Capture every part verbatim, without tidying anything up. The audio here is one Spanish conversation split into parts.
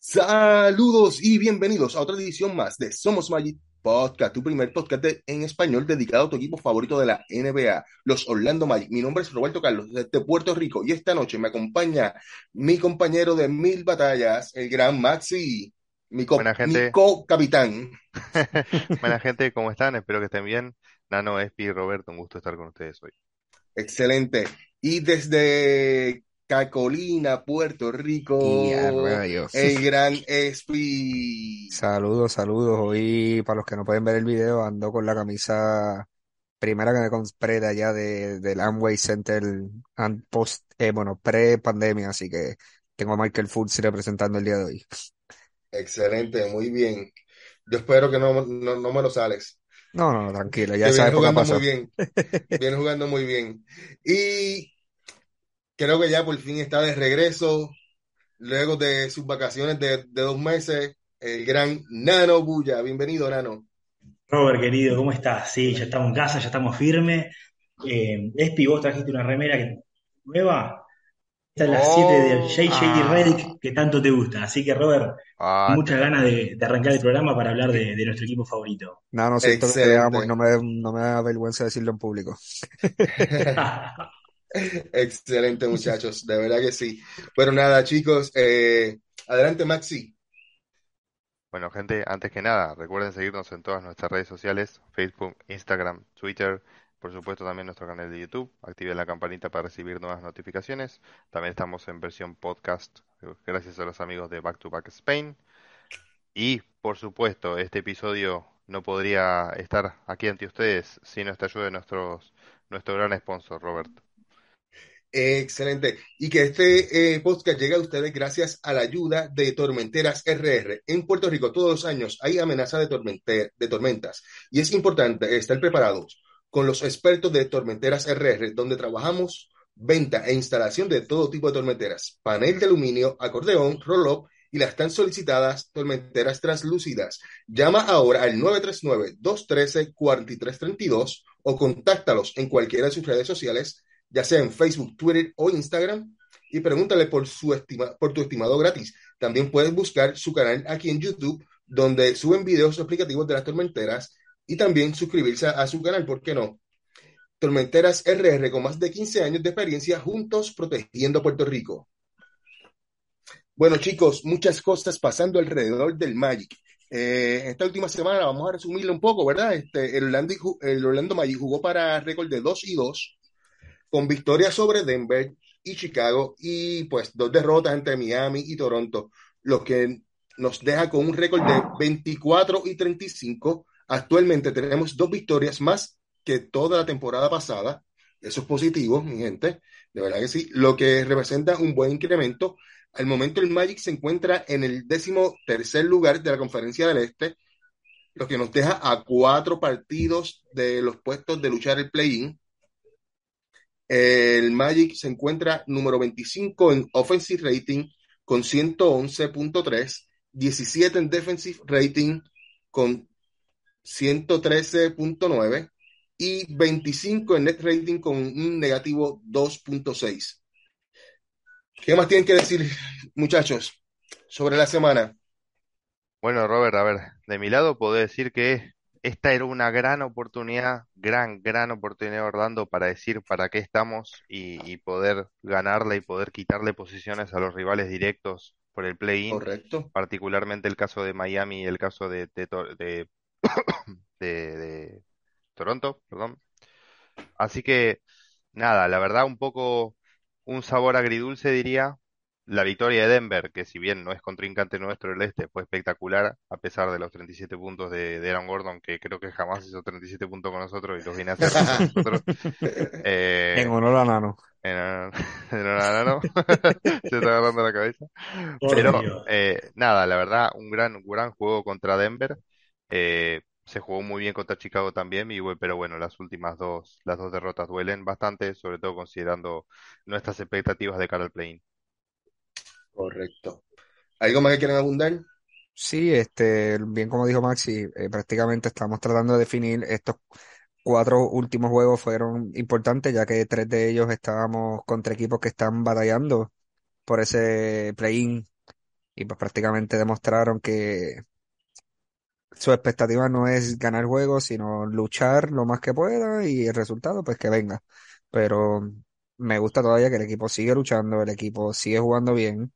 Saludos y bienvenidos a otra edición más de Somos Magic Podcast, tu primer podcast de- en español dedicado a tu equipo favorito de la N B A, los Orlando Magic. Mi nombre es Roberto Carlos desde Puerto Rico y esta noche me acompaña mi compañero de mil batallas, el gran Maxi, mi, co- Buena mi gente, co-capitán. buena gente, ¿cómo están? Espero que estén bien. Nano, Espi, Roberto, un gusto estar con ustedes hoy. Excelente. Y desde Cacolina, Puerto Y a Rico, rayos. el gran Espi. Saludos, saludos. Hoy, para los que no pueden ver el video, ando con la camisa primera que me compré de allá de, del Amway Center and post, eh, bueno, pre-pandemia, así que tengo a Michael Fultz representando el día de hoy. Excelente, muy bien. Yo espero que no, no, no me lo sales, No, no, no, tranquilo, ya que esa vienes época jugando muy pasó. bien, vienes jugando muy bien. Y creo que ya por fin está de regreso, luego de sus vacaciones de, de dos meses, el gran Nano Bulla. Bienvenido, Nano. Robert, querido, ¿cómo estás? Sí, ya estamos en casa, ya estamos firmes. Eh, Espi, vos trajiste una remera que- nueva. Esta es la siete de J J. Oh, Redick que tanto te gusta. Así que, Robert, ah, muchas ganas tremendo. de, de arrancar el programa para hablar de, de nuestro equipo favorito. No, no siento que te amo y no Excelente, me, no me da vergüenza decirlo en público. excelente, muchachos, de verdad que sí. Pero nada, chicos, eh, adelante, Maxi. Bueno, gente, antes que nada, recuerden seguirnos en todas nuestras redes sociales, Facebook, Instagram, Twitter, por supuesto también nuestro canal de YouTube. Activen la campanita para recibir nuevas notificaciones. También estamos en versión podcast, eh, gracias a los amigos de Back to Back Spain. Y, por supuesto, este episodio no podría estar aquí ante ustedes sin nuestra ayuda de nuestros, nuestro gran sponsor, Robert. Excelente. Y que este eh, podcast llegue a ustedes gracias a la ayuda de Tormenteras R R. En Puerto Rico todos los años hay amenaza de, tormente- de tormentas y es importante estar preparados con los expertos de Tormenteras R R, donde trabajamos venta e instalación de todo tipo de tormenteras, panel de aluminio, acordeón, roll-up y las tan solicitadas tormenteras translúcidas. Llama ahora al nueve tres nueve, dos uno tres, cuatro tres tres dos o contáctalos en cualquiera de sus redes sociales, ya sea en Facebook, Twitter o Instagram, y pregúntale por, su estima, por tu estimado gratis. También puedes buscar su canal aquí en YouTube, donde suben videos explicativos de las tormenteras y también suscribirse a, a su canal, ¿por qué no? Tormenteras R R con más de quince años de experiencia juntos protegiendo Puerto Rico. Bueno, chicos, muchas cosas pasando alrededor del Magic. Eh, esta última semana vamos a resumirlo un poco, ¿verdad? Este, el, Orlando, el Orlando Magic jugó para récord de dos y dos con victorias sobre Denver y Chicago y pues dos derrotas entre Miami y Toronto, lo que nos deja con un récord de veinticuatro y treinta y cinco. Actualmente tenemos dos victorias más que toda la temporada pasada. Eso es positivo, mi gente, de verdad que sí, lo que representa un buen incremento. Al momento el Magic se encuentra en el décimo tercer lugar de la Conferencia del Este, lo que nos deja a cuatro partidos de los puestos de luchar el play-in. El Magic se encuentra número veinticinco en offensive rating con ciento once punto tres, diecisiete en defensive rating con ciento trece punto nueve y veinticinco en net rating con un negativo dos punto seis. ¿Qué más tienen que decir, muchachos, sobre la semana? Bueno, Robert, a ver, de mi lado puedo decir que esta era una gran oportunidad, gran, gran oportunidad, Orlando, para decir para qué estamos y, y poder ganarle y poder quitarle posiciones a los rivales directos por el play-in, Correcto. particularmente el caso de Miami y el caso de, de, Tor- de, de- de Toronto, perdón. Así que, nada, la verdad, un poco un sabor agridulce, diría. La victoria de Denver, que si bien no es contrincante nuestro el este, fue espectacular, a pesar de los treinta y siete puntos de, de Aaron Gordon, que creo que jamás hizo treinta y siete puntos con nosotros y los viene a hacer contra nosotros. En Eh, honor a Nano. en, en una- no, se está agarrando la cabeza. Por Pero Dios. eh, nada, la verdad, un gran, un gran juego contra Denver. Eh, se jugó muy bien contra Chicago también, y, bu- pero bueno, las últimas dos, las dos derrotas duelen bastante, sobre todo considerando nuestras expectativas de cara al play-in. Correcto. ¿Algo más que quieran abundar? Sí, este, bien como dijo Maxi, eh, prácticamente estamos tratando de definir estos cuatro últimos juegos fueron importantes, ya que tres de ellos estábamos contra equipos que están batallando por ese play-in y pues prácticamente demostraron que su expectativa no es ganar juegos, sino luchar lo más que pueda y el resultado, pues que venga. Pero me gusta todavía que el equipo sigue luchando, el equipo sigue jugando bien.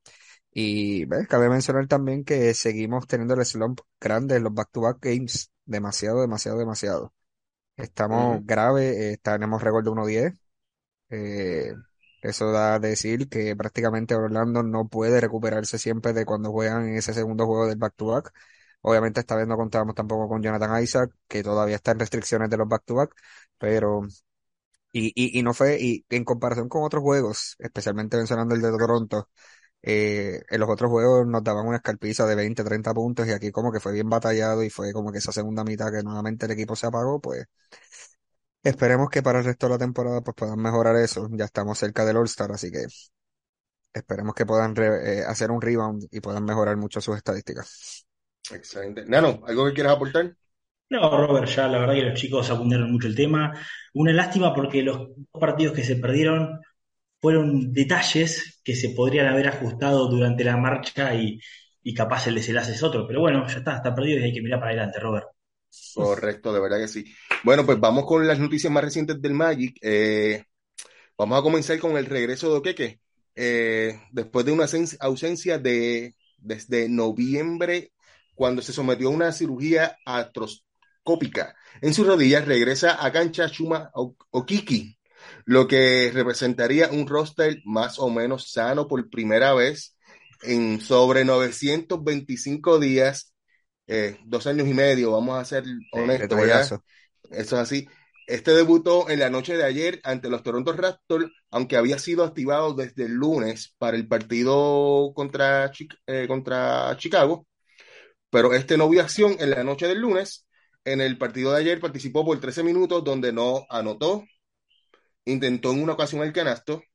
Y ¿ves? Cabe mencionar también que seguimos teniendo el slump grande en los back-to-back games. Demasiado, demasiado, demasiado. Estamos Ujú. graves, eh, tenemos récord de uno diez. Eh, Eso da a decir que prácticamente Orlando no puede recuperarse siempre de cuando juegan en ese segundo juego del back-to-back. Obviamente esta vez no contábamos tampoco con Jonathan Isaac, que todavía está en restricciones de los back-to-back, pero y, y, y no fue, y en comparación con otros juegos, especialmente mencionando el de Toronto, eh, en los otros juegos nos daban una escarpiza de veinte treinta puntos y aquí como que fue bien batallado y fue como que esa segunda mitad que nuevamente el equipo se apagó, pues esperemos que para el resto de la temporada pues puedan mejorar eso. Ya estamos cerca del All-Star, así que esperemos que puedan re- eh, hacer un rebound y puedan mejorar mucho sus estadísticas. Excelente. Nano, ¿algo que quieras aportar? No, Robert, ya la verdad que los chicos apuntaron mucho el tema. Una lástima porque los dos partidos que se perdieron fueron detalles que se podrían haber ajustado durante la marcha y, y capaz el desenlace es otro. Pero bueno, ya está, está perdido y hay que mirar para adelante, Robert. Correcto, de verdad que sí. Bueno, pues vamos con las noticias más recientes del Magic. Eh, vamos a comenzar con el regreso de Oqueque. Eh, después de una ausen- ausencia de desde noviembre, cuando se sometió a una cirugía artroscópica en sus rodillas, regresa a cancha Chuma O- Okiki, lo que representaría un roster más o menos sano por primera vez en sobre novecientos veinticinco días, eh, dos años y medio, vamos a ser Sí. honestos, ¿verdad? Detallazo. Eso es así. Este debutó en la noche de ayer ante los Toronto Raptors, aunque había sido activado desde el lunes para el partido contra, Chi- eh, contra Chicago, pero este no vio acción en la noche del lunes. En el partido de ayer participó por trece minutos, donde no anotó, intentó en una ocasión el canasto,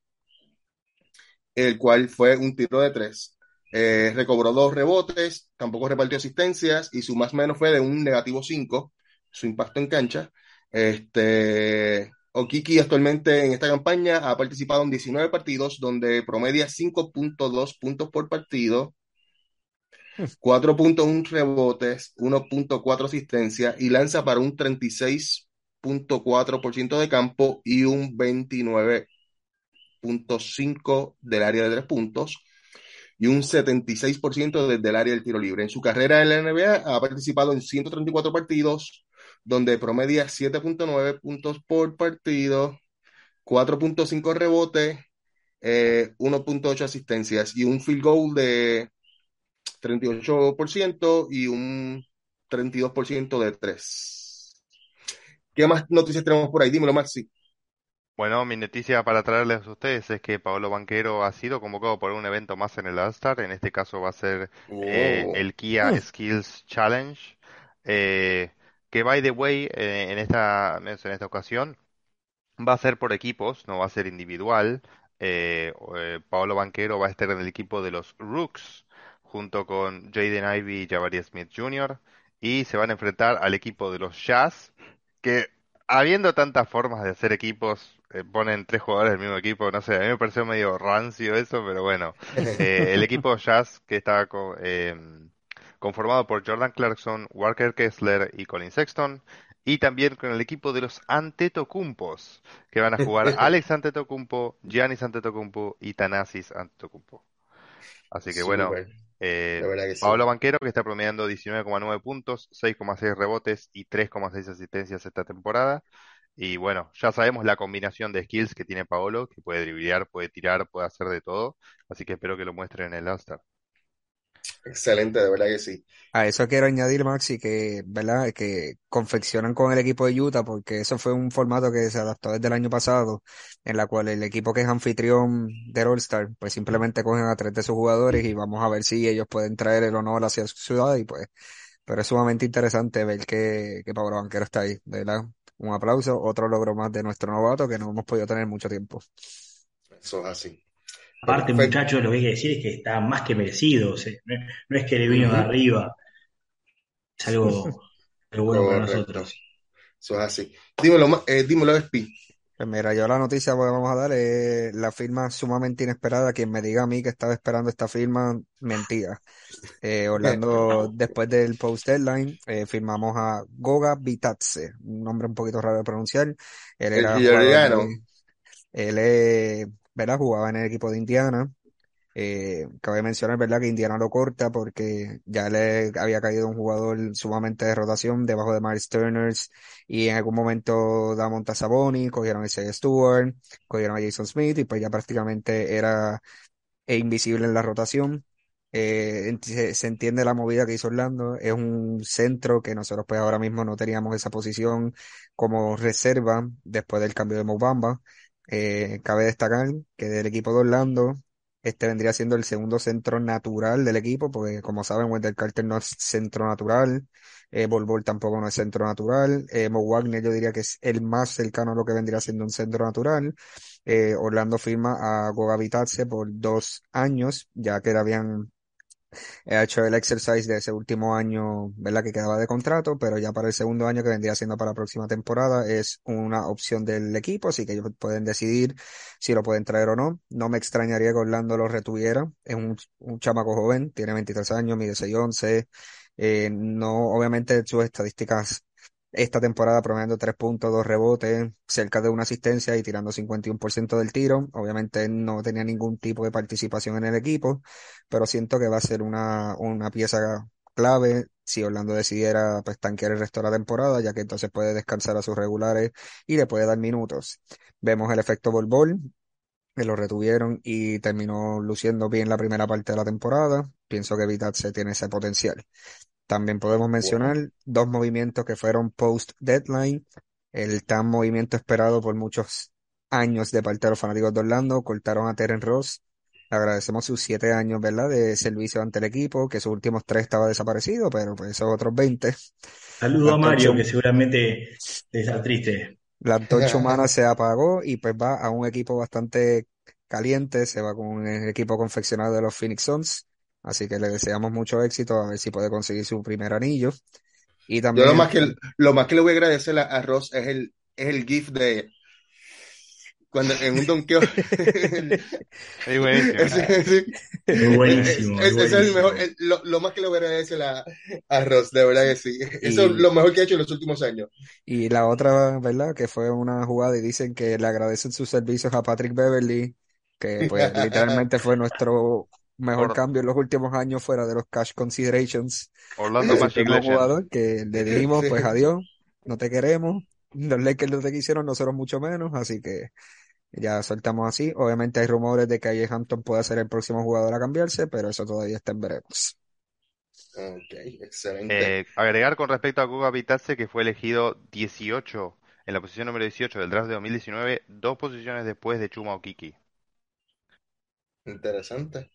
el cual fue un tiro de tres. Eh, recobró dos rebotes, tampoco repartió asistencias y su más o menos fue de un negativo cinco, su impacto en cancha. Este, Okiki actualmente en esta campaña ha participado en diecinueve partidos donde promedia cinco punto dos puntos por partido, cuatro punto uno rebotes, uno punto cuatro asistencias y lanza para un treinta y seis punto cuatro por ciento de campo y un veintinueve punto cinco por ciento del área de tres puntos y un setenta y seis por ciento desde el área del tiro libre. En su carrera en la N B A ha participado en ciento treinta y cuatro partidos, donde promedia siete punto nueve puntos por partido, cuatro punto cinco rebotes, eh, uno punto ocho asistencias y un field goal de treinta y ocho por ciento y un treinta y dos por ciento de tres. ¿Qué más noticias tenemos por ahí? Dímelo, Maxi. Bueno, mi noticia para traerles a ustedes es que Paolo Banquero ha sido convocado por un evento más en el All-Star. En este caso va a ser eh, Oh. el Kia Mm. Skills Challenge, eh, que by the way, eh, en esta, en esta ocasión va a ser por equipos, no va a ser individual. Eh, o- eh, Paolo Banquero va a estar en el equipo de los Rooks, junto con Jaden Ivey y Jabari Smith junior Y se van a enfrentar al equipo de los Jazz, que habiendo tantas formas de hacer equipos, eh, ponen tres jugadores del mismo equipo. No sé, a mí me pareció medio rancio eso, pero bueno. Eh, el equipo Jazz, que está co- em, conformado por Jordan Clarkson, Walker Kessler y Colin Sexton. Y también con el equipo de los Antetokounmpos, que van a jugar Alex Antetokounmpo, Giannis Antetokounmpo y Thanasis Antetokounmpo. Así que bueno, Súper, eh, de verdad que Paolo sí. Banquero, que está promediando diecinueve coma nueve puntos, seis coma seis rebotes y tres coma seis asistencias esta temporada. Y bueno, ya sabemos la combinación de skills que tiene Paolo, que puede driblear, puede tirar, puede hacer de todo. Así que espero que lo muestren en el All-Star. Excelente, de verdad que sí. A eso quiero añadir, Maxi, que, ¿verdad? Que confeccionan con el equipo de Utah, porque eso fue un formato que se adaptó desde el año pasado, en la cual el equipo que es anfitrión del All-Star, pues simplemente cogen a tres de sus jugadores y vamos a ver si ellos pueden traer el honor hacia su ciudad y pues, pero es sumamente interesante ver que, que Pablo Banquero está ahí, ¿verdad? Un aplauso, otro logro más de nuestro novato que no hemos podido tener mucho tiempo. Eso es así. Pues Aparte, perfecto. muchachos, lo que hay que decir es que está más que merecido. O sea, no, es no es que le vino de Ujú. arriba, es algo, algo bueno para Correcto. nosotros. Eso es así. Dímelo, Ma- eh, dímelo, Espi. Pues mira, yo la noticia que vamos a dar es la firma sumamente inesperada. Quien me diga a mí que estaba esperando esta firma, mentira. Eh, Orlando, después del post deadline, eh, firmamos a Goga Bitadze, un nombre un poquito raro de pronunciar. Él El era jugador georgiano. de, él eh, ¿verdad? Jugaba en el equipo de Indiana. Eh, cabe mencionar, ¿verdad?, que Indiana lo corta porque ya le había caído un jugador sumamente de rotación debajo de Miles Turner y en algún momento Damonta Sabonis, cogieron a Isaiah Stewart, cogieron a Jason Smith y pues ya prácticamente era e invisible en la rotación. Eh, ent- se, se entiende la movida que hizo Orlando. Es un centro que nosotros pues ahora mismo no teníamos esa posición como reserva después del cambio de Mo Bamba. Eh, cabe destacar que del equipo de Orlando, este vendría siendo el segundo centro natural del equipo, porque como saben, Wendell Carter no es centro natural, eh, Bol Bol tampoco no es centro natural, eh, Mo Wagner yo diría que es el más cercano a lo que vendría siendo un centro natural. Eh, Orlando firma a Goga Bitadze por dos años, ya que le habían hecho el exercise de ese último año, ¿verdad?, que quedaba de contrato, pero ya para el segundo año que vendría siendo para la próxima temporada es una opción del equipo, así que ellos pueden decidir si lo pueden traer o no. No me extrañaría que Orlando lo retuviera, es un, un chamaco joven, tiene veintitrés años, mide seis once, eh, no, obviamente sus estadísticas esta temporada promediando tres puntos, dos rebotes, cerca de una asistencia y tirando cincuenta y uno por ciento del tiro. Obviamente él no tenía ningún tipo de participación en el equipo, pero siento que va a ser una, una pieza clave si Orlando decidiera pues tanquear el resto de la temporada, ya que entonces puede descansar a sus regulares y le puede dar minutos. Vemos el efecto Bol Bol, que lo retuvieron y terminó luciendo bien la primera parte de la temporada. Pienso que Vitesse tiene ese potencial. También podemos Bueno, mencionar dos movimientos que fueron post-deadline. El tan movimiento esperado por muchos años de parte de los fanáticos de Orlando. Cortaron a Terence Ross. Le agradecemos sus siete años, ¿verdad?, de servicio ante el equipo, que sus últimos tres estaba desaparecido, pero pues esos otros veinte. La Saludo a antorcha, Mario, que seguramente está triste. la antorcha humana se apagó y pues va a un equipo bastante caliente. Se va con el equipo confeccionado de los Phoenix Suns. Así que le deseamos mucho éxito, a ver si puede conseguir su primer anillo. Y yo lo también más que lo más que le voy a agradecer a, a Ross es el es el GIF de cuando en un donqueo Es buenísimo. ese, ese- Muy es, buenísimo, muy es- ese es el mejor buenísimo. el- lo, lo más que le voy a agradecer a, a Ross, de verdad que sí, eso es Y, lo mejor que ha hecho en los últimos años. y la otra, ¿verdad? Que fue una jugada y dicen que le agradecen sus servicios a Patrick Beverly, que pues literalmente fue nuestro mejor Or- cambio en los últimos años fuera de los cash considerations. Orlando Necesitamos Magic un Legend. jugador que le dijimos pues Sí. adiós, no te queremos, los Lakers no te quisieron, nosotros mucho menos, así que ya soltamos así. Obviamente hay rumores de que A J Hampton pueda ser el próximo jugador a cambiarse, pero eso todavía está en veremos. Ok, excelente. Eh, agregar con respecto a Guga Bitadze que fue elegido dieciocho en la posición número dieciocho del draft de dos mil diecinueve, dos posiciones después de Chuma Okiki. Interesante.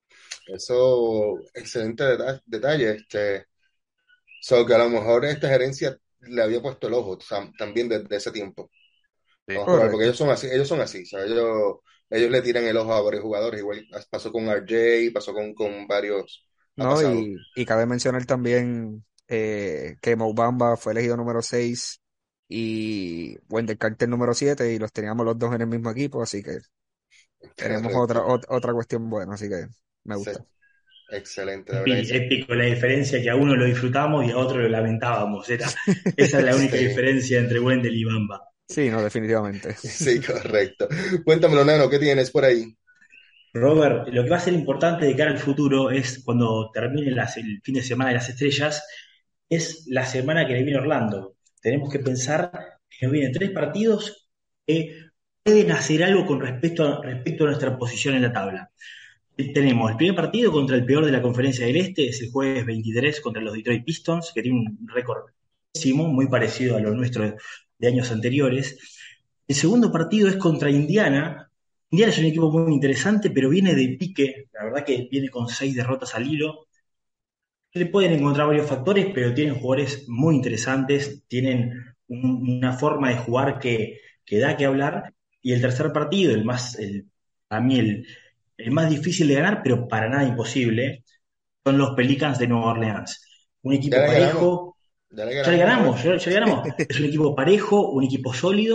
Eso, excelente deta- detalle. Este, so que a lo mejor esta gerencia le había puesto el ojo tam- también desde ese tiempo. Sí. Vamos a probar, porque Correcto. ellos son así, ellos son así, ¿sabes? Ellos, ellos le tiran el ojo a varios jugadores, igual pasó con R J, pasó con, con varios, ha ¿No? pasado. Y, y cabe mencionar también eh, que Mo Bamba fue elegido número seis y Wendell Carter número siete y los teníamos los dos en el mismo equipo, así que tenemos otra, Correcto. ot- otra cuestión buena, así que me Sí, gusta. excelente, de verdad que Épico, sí. épico la diferencia que a uno lo disfrutamos y a otro lo lamentábamos. Era, esa es la única Sí, diferencia entre Wendell y Bamba. Sí, no, definitivamente. sí, correcto. Cuéntamelo, Nano, ¿qué tienes por ahí? Robert, lo que va a ser importante de cara al futuro es cuando termine las- el fin de semana de las estrellas, es la semana que le viene Orlando. Tenemos que pensar que nos vienen tres partidos que pueden hacer algo con respecto a, respecto a nuestra posición en la tabla. Tenemos el primer partido contra el peor de la Conferencia del Este, es el jueves veintitrés contra los Detroit Pistons, que tiene un récord pésimo, muy parecido a lo nuestro de años anteriores. El segundo partido es contra Indiana. Indiana es un equipo muy interesante, pero viene de pique, la verdad que viene con seis derrotas al hilo. Le pueden encontrar varios factores, pero tienen jugadores muy interesantes, tienen un- una forma de jugar que, que da que hablar. Y el tercer partido, el más, el, a mí el, el más difícil de ganar, pero para nada imposible, son los Pelicans de Nueva Orleans. Un Ya equipo le ganamos, parejo, ya le ya le ganamos una vez. ganamos, ya, ya le ganamos. Es un equipo parejo, un equipo sólido,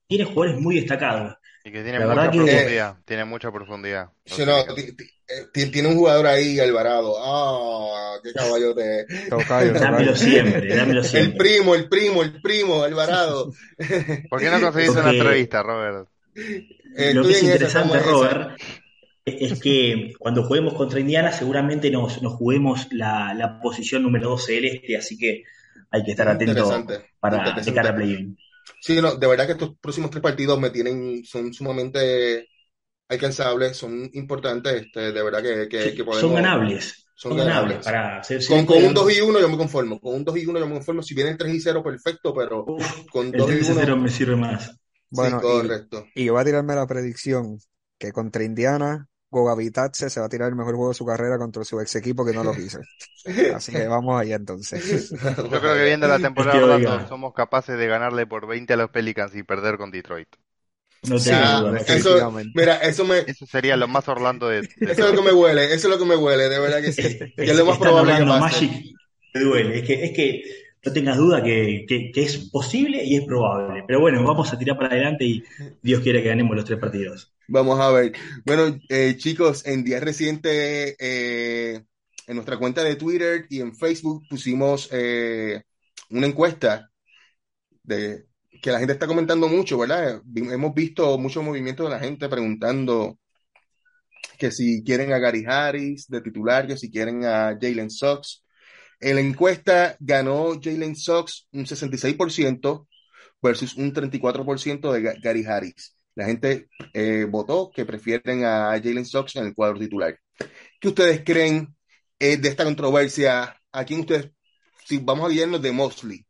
tiene jugadores muy destacados. Y que tiene La verdad mucha que Eh, profundidad, tiene mucha profundidad sí, los no, equipos. ti- ti- eh, ti- tiene un jugador ahí, Alvarado. Ah, qué caballote. Tocayo, dámelo tocayo. siempre, dámelo El siempre. primo, el primo, el primo, Alvarado. ¿Por qué no conseguís Es- Lo una que, entrevista, Robert? eh, lo que estoy es en esa, estamos interesante, en esa. Robert, es que cuando juguemos contra Indiana seguramente nos, nos juguemos la, la posición número doce del este, así que hay que estar atento Interesante, para de cara interesante. a play-in. Sí, no, de verdad que estos próximos tres partidos me tienen, son sumamente alcanzables, son importantes, este, de verdad que, que, que Sí, son podemos, ganables, son son ganables. ganables. Para ser Con, sincero, con un dos digamos, y uno yo me conformo, con un dos y uno yo me conformo, si viene el tres y cero perfecto, pero uf, con el dos y tres a cero uno me sirve más. sí, Bueno, y, correcto. y yo voy a tirarme la predicción que contra Indiana, Goga Bitadze se va a tirar el mejor juego de su carrera contra su ex equipo que no lo quise. Así que vamos allá entonces. Yo creo que viendo la Es temporada, que, Orlando, oiga, somos capaces de ganarle por veinte a los Pelicans y perder con Detroit. no tengo Sí, Ah, duda, no tengo eso, duda. definitivamente. mira, eso me, Eso sería lo más Orlando de, de eso es lo todos. que me huele, eso es lo que me huele, de verdad que sí, Es- que es es- lo más Están probable que Orlando pase. Magic, te duele. Es que, es que no tengas duda que, que- que es posible y es probable. Pero bueno, vamos a tirar para adelante y Dios quiere que ganemos los tres partidos. Vamos a ver. Bueno, eh, chicos, en días recientes eh, en nuestra cuenta de Twitter y en Facebook pusimos eh, una encuesta de que la gente está comentando mucho, ¿verdad? Vi- Hemos visto mucho movimiento de la gente preguntando que si quieren a Gary Harris de titular, que si quieren a Jalen Suggs. En la encuesta ganó Jalen Suggs un sesenta y seis por ciento versus un treinta y cuatro por ciento de Ga- Gary Harris. La gente eh, votó que prefieren a Jalen Suggs en el cuadro titular. ¿Qué ustedes creen eh, de esta controversia? ¿A quién ustedes, si vamos a guiarnos de Mosley,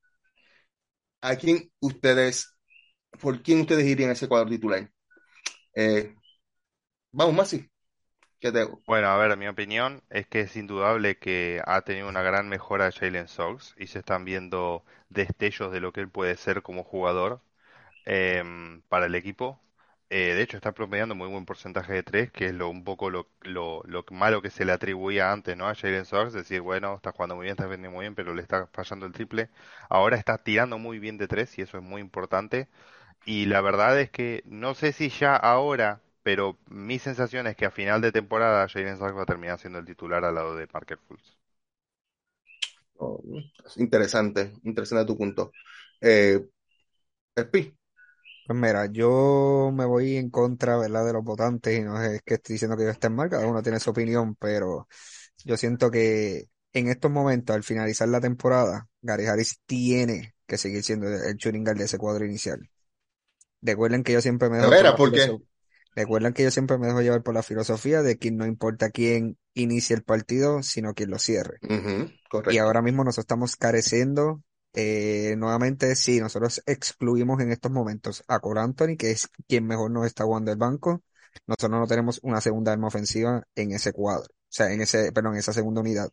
a quién ustedes, por quién ustedes irían a ese cuadro titular? Eh, vamos, Masi, ¿qué te hago? Bueno, a ver, mi opinión es que es indudable que ha tenido una gran mejora Jalen Suggs y se están viendo destellos de lo que él puede ser como jugador em, para el equipo. Eh, de hecho, está promediando muy buen porcentaje de tres, que es lo un poco lo, lo, lo malo que se le atribuía antes, ¿no? A Jalen Suggs, decir, bueno, está jugando muy bien, está vendiendo muy bien, pero le está fallando el triple. Ahora está tirando muy bien de tres y eso es muy importante. Y la verdad es que no sé si ya ahora, pero mi sensación es que a final de temporada Jalen Suggs va a terminar siendo el titular al lado de Markel Fultz. Oh, interesante, interesante tu punto. Eh, Espi, Pues mira, yo me voy en contra, ¿verdad?, de los votantes y no es que estoy diciendo que yo esté mal, cada uno tiene su opinión, pero yo siento que en estos momentos, al finalizar la temporada, Gary Harris tiene que seguir siendo el shooting guard de ese cuadro inicial. Recuerden que yo siempre me de dejo por veras, la ¿por qué? filosofía, recuerden que yo siempre me dejo llevar por la filosofía de que no importa quién inicie el partido, sino quién lo cierre. Ujú, Y correcto. ahora mismo nosotros estamos careciendo, eh, nuevamente, sí, nosotros excluimos en estos momentos a Cole Anthony, que es quien mejor nos está jugando el banco. Nosotros no tenemos una segunda arma ofensiva en ese cuadro, o sea, en ese, perdón, en esa segunda unidad.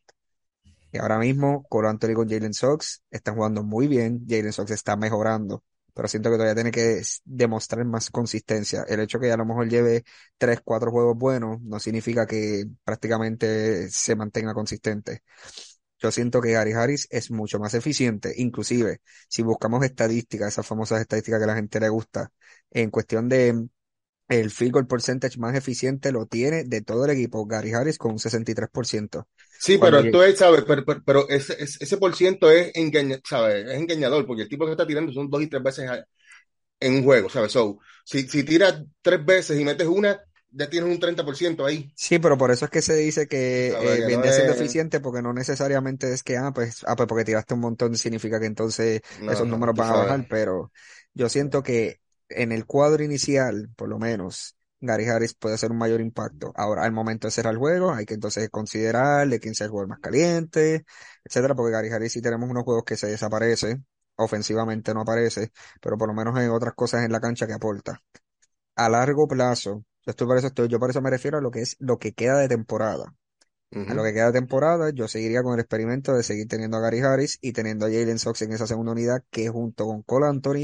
Y ahora mismo, Cole Anthony con Jalen Suggs están jugando muy bien. Jalen Suggs está mejorando, pero siento que todavía tiene que s- demostrar más consistencia. El hecho que a lo mejor lleve tres, cuatro juegos buenos no significa que prácticamente se mantenga consistente. Yo siento que Gary Harris es mucho más eficiente, inclusive si buscamos estadísticas, esas famosas estadísticas que a la gente le gusta, en cuestión de mm, el field goal percentage más eficiente lo tiene de todo el equipo Gary Harris con un sesenta y tres por ciento. Sí, pero Cuando esto llegue, es, ¿sabes? Pero, pero, pero ese, ese, ese por ciento es, engaña, ¿sabes? Es engañador, porque el tipo que está tirando son dos y tres veces a- en un juego, ¿sabes? So, si, si tiras tres veces y metes una, ya tienes un treinta por ciento ahí, sí, pero por eso es que se dice que ¿sabes? eh, Que no viene siendo es... eficiente porque no necesariamente es que, ah, pues, ah, pues porque tiraste un montón significa que entonces No, esos no, números tú van a sabes. bajar, pero yo siento que en el cuadro inicial, por lo menos, Gary Harris puede hacer un mayor impacto. Ahora, al momento de cerrar el juego, hay que entonces considerar de quién sea el jugador más caliente, etcétera, porque Gary Harris sí tenemos unos juegos que se desaparece, ofensivamente no aparece, pero por lo menos hay otras cosas en la cancha que aporta a largo plazo. Yo estoy por eso estoy, yo por eso me refiero a lo que es lo que queda de temporada. A lo Ujú. que queda de temporada, yo seguiría con el experimento de seguir teniendo a Gary Harris y teniendo a Jalen Sox en esa segunda unidad, que junto con Cole Anthony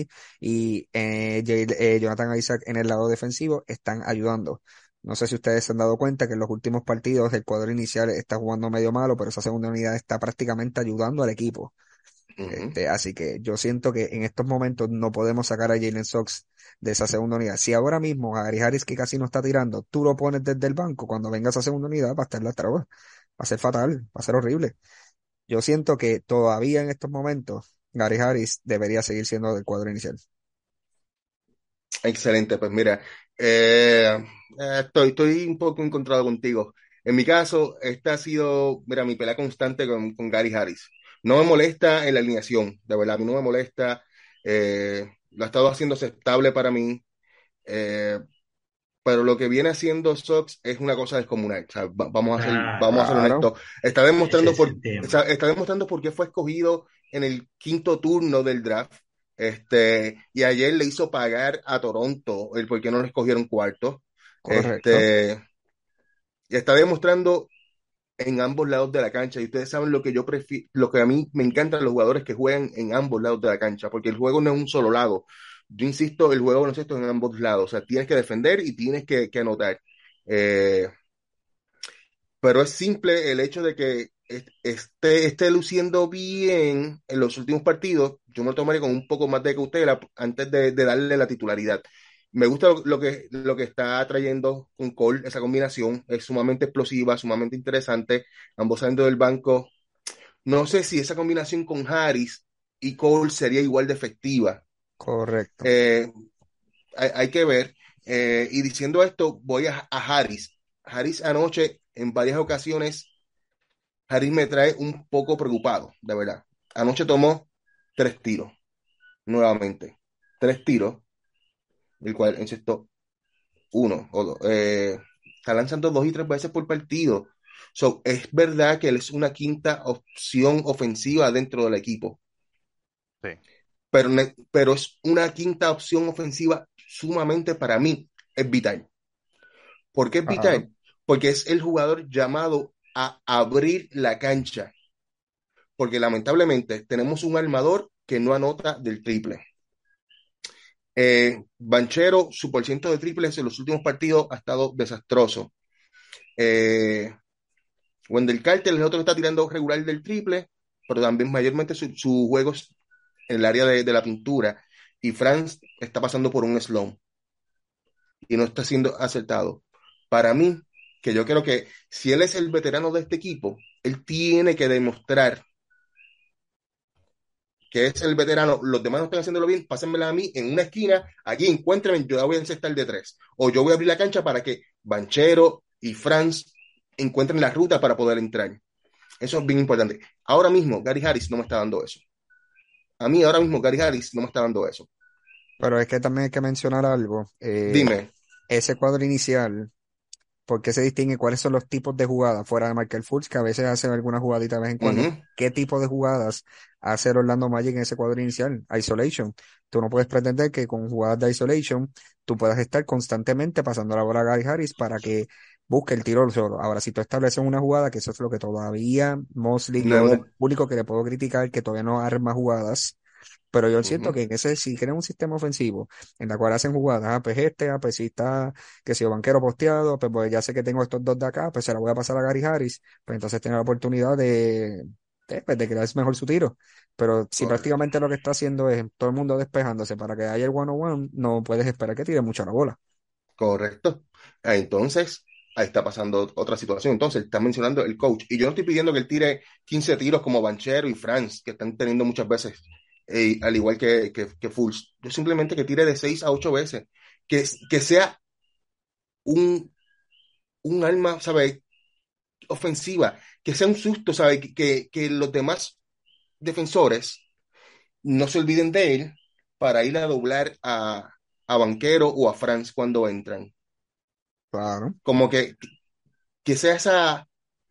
y eh, Jay- eh, Jonathan Isaac en el lado defensivo están ayudando. No sé si ustedes se han dado cuenta que en los últimos partidos el cuadro inicial está jugando medio malo, pero esa segunda unidad está prácticamente ayudando al equipo. Ujú. Este, así que yo siento que en estos momentos no podemos sacar a Jalen Sox de esa segunda unidad. Si ahora mismo a Gary Harris, que casi no está tirando, tú lo pones desde el banco, cuando venga esa segunda unidad, va a estar la traba. Va a ser fatal, va a ser horrible. Yo siento que todavía en estos momentos Gary Harris debería seguir siendo del cuadro inicial. Excelente, pues mira, eh, eh, estoy, estoy un poco encontrado contigo. En mi caso, esta ha sido, mira, mi pelea constante con, con Gary Harris. No me molesta en la alineación, de verdad, a mí no me molesta. eh, lo ha estado haciendo aceptable para mí, eh, pero lo que viene haciendo Sox es una cosa descomunal. O sea, va- vamos a ser, vamos a Claro, ser Claro, honestos. Está ese demostrando es por, el está, tema. está demostrando por qué fue escogido en el quinto turno del draft. Este, y ayer le hizo pagar a Toronto el por qué no lo escogieron cuarto. correcto, Este, y está demostrando en ambos lados de la cancha. Y ustedes saben lo que yo prefiero, lo que a mí me encantan los jugadores que juegan en ambos lados de la cancha, porque el juego no es un solo lado. Yo insisto, el juego no es esto en ambos lados. O sea, tienes que defender y tienes que, que anotar. Eh, pero es simple el hecho de que est- esté, esté luciendo bien en los últimos partidos. Yo me lo tomaría con un poco más de cautela antes de, de darle la titularidad. Me gusta lo, lo que, lo que está trayendo con Cole, esa combinación es sumamente explosiva, sumamente interesante, ambos saliendo del banco. No sé si esa combinación con Harris y Cole sería igual de efectiva. correcto. Eh, hay, hay que ver. Eh, y diciendo esto, voy a, a Harris. Harris anoche en varias ocasiones Harris me trae un poco preocupado, de verdad. Anoche tomó tres tiros, nuevamente. Tres tiros, el cual encestó uno o dos. Eh, está lanzando dos y tres veces por partido. So, es verdad que él es una quinta opción ofensiva dentro del equipo, Sí, pero, ne- pero es una quinta opción ofensiva sumamente para mí, es vital. ¿Por qué es Claro, vital? Porque es el jugador llamado a abrir la cancha, porque lamentablemente tenemos un armador que no anota del triple. Eh, Banchero, su porciento de triples en los últimos partidos ha estado desastroso. Eh, Wendell Carter es el otro que está tirando regular del triple, pero también mayormente su, su juego es en el área de, de la pintura. Y Franz está pasando por un slump y no está siendo acertado. Para mí, que yo creo que si él es el veterano de este equipo, él tiene que demostrar que es el veterano, los demás no están haciéndolo bien, pásenmela a mí en una esquina, allí encuéntrenme, yo la voy a encestar de tres. O yo voy a abrir la cancha para que Banchero y Franz encuentren la ruta para poder entrar. Eso es bien importante. Ahora mismo, Gary Harris no me está dando eso. A mí ahora mismo, Gary Harris no me está dando eso. pero es que también hay que mencionar algo. Eh, Dime. ese cuadro inicial, ¿por qué se distingue cuáles son los tipos de jugadas fuera de Michael Fultz, que a veces hace alguna jugadita de vez en cuando? Ujú, ¿Qué tipo de jugadas hace el Orlando Magic en ese cuadro inicial? Isolation. Tú no puedes pretender que con jugadas de isolation tú puedas estar constantemente pasando la bola a Gary Harris para que busque el tiro solo. Ahora, si tú estableces una jugada, que eso es lo que todavía Mosley, no yo del hemos- único que le puedo criticar, que todavía no arma jugadas, pero yo siento ujú, que en ese, si quieren un sistema ofensivo en la cual hacen jugadas, ah, pues este, ah, pues si está, que si yo banquero posteado, pues, pues ya sé que tengo estos dos de acá, pues se la voy a pasar a Gary Harris, pues entonces tiene la oportunidad de, de, pues, de crear mejor su tiro. Pero si correcto, prácticamente lo que está haciendo es todo el mundo despejándose para que haya el one-on-one, no puedes esperar que tire mucho la bola. correcto. Ah, entonces, ahí está pasando otra situación. Entonces, está mencionando el coach. Y yo no estoy pidiendo que él tire quince tiros como Banchero y Franz, que están teniendo muchas veces, eh, al igual que, que, que Fultz. Yo simplemente que tire de seis a ocho veces. Que, que sea un, un arma, ¿sabes? Ofensiva. Que sea un susto, ¿sabes? Que, que, que los demás defensores no se olviden de él para ir a doblar a, a Banquero o a Franz cuando entran. Claro. Como que, que sea esa,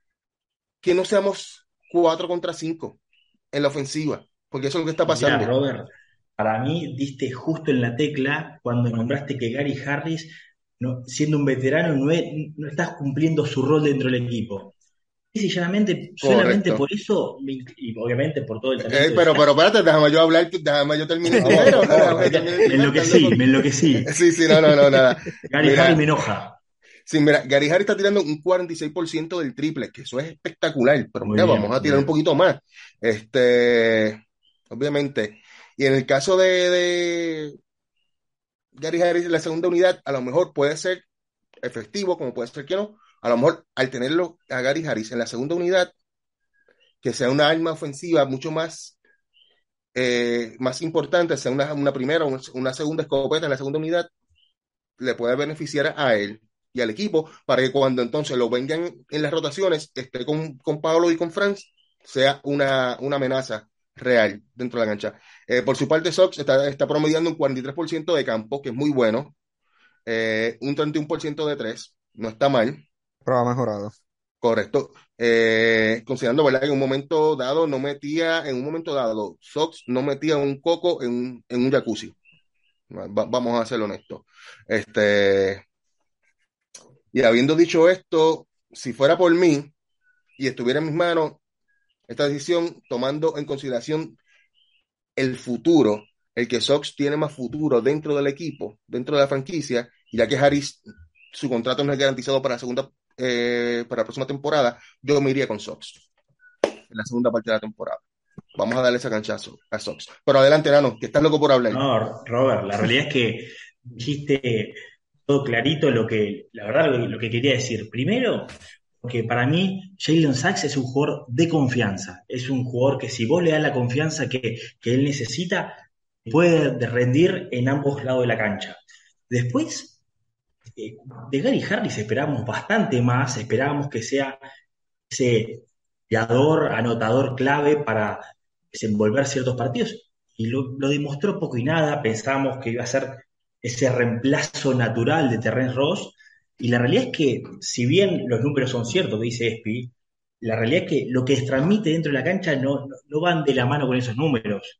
que no seamos cuatro contra cinco en la ofensiva, porque eso es lo que está Mira, pasando. Robert, para mí diste justo en la tecla cuando nombraste que Gary Harris, no- siendo un veterano, no, es- no estás cumpliendo su rol dentro del equipo. Y sencillamente, solamente Correcto. por eso, me inc- y obviamente por todo el Eh, talento de ese pero, pero caso. espérate, déjame yo hablar, déjame yo terminar Oh, primero, oh, déjame me, yo ca- terminar me primero, estás enloquecí, loco. me enloquecí. Sí, sí, no, no, no, nada. Gary Harris Mira, me enoja. sí, mira, Gary Harris está tirando un cuarenta y seis por ciento del triple, que eso es espectacular, pero Muy mira, vamos bien, a muy tirar un bien. poquito más. Este, obviamente. Y en el caso de, de Gary Harris en la segunda unidad, a lo mejor puede ser efectivo, como puede ser que no. A lo mejor al tenerlo a Gary Harris en la segunda unidad, que sea una arma ofensiva mucho más, eh, más importante, sea una, una primera o una segunda escopeta en la segunda unidad, le puede beneficiar a él y al equipo para que cuando entonces lo vengan en las rotaciones, esté con, con Pablo y con Franz, sea una, una amenaza real dentro de la cancha. Eh, por su parte, Sox está, está promediando un cuarenta y tres por ciento de campo, que es muy bueno, eh, un treinta y uno por ciento de tres, no está mal, Pero ha mejorado. correcto. Eh, considerando, ¿verdad? Que en un momento dado no metía, en un momento dado, Sox no metía un coco en, un- en un jacuzzi. Va- vamos a ser honestos. Este, y habiendo dicho esto, si fuera por mí y estuviera en mis manos esta decisión, tomando en consideración el futuro, el que Sox tiene más futuro dentro del equipo, dentro de la franquicia, ya que Harris, su contrato no es garantizado para la segunda, eh, para la próxima temporada, yo me iría con Sox en la segunda parte de la temporada. Vamos a darle ese canchazo a Sox. Pero adelante, Nano, que estás loco por hablar. No, Robert, la realidad es que dijiste todo clarito lo que, la verdad, lo, que lo que quería decir. Primero, porque para mí Jalen Sachs es un jugador de confianza. Es un jugador que si vos le das la confianza que, que él necesita, puede rendir en ambos lados de la cancha. Después, eh, de Gary Harris esperábamos bastante más, esperábamos que sea ese tirador, anotador clave para desenvolver ciertos partidos. Y lo, lo demostró poco y nada. Pensábamos que iba a ser ese reemplazo natural de Terrence Ross. Y la realidad es que, si bien los números son ciertos, que dice Espi, la realidad es que lo que transmite dentro de la cancha no, no, no van de la mano con esos números.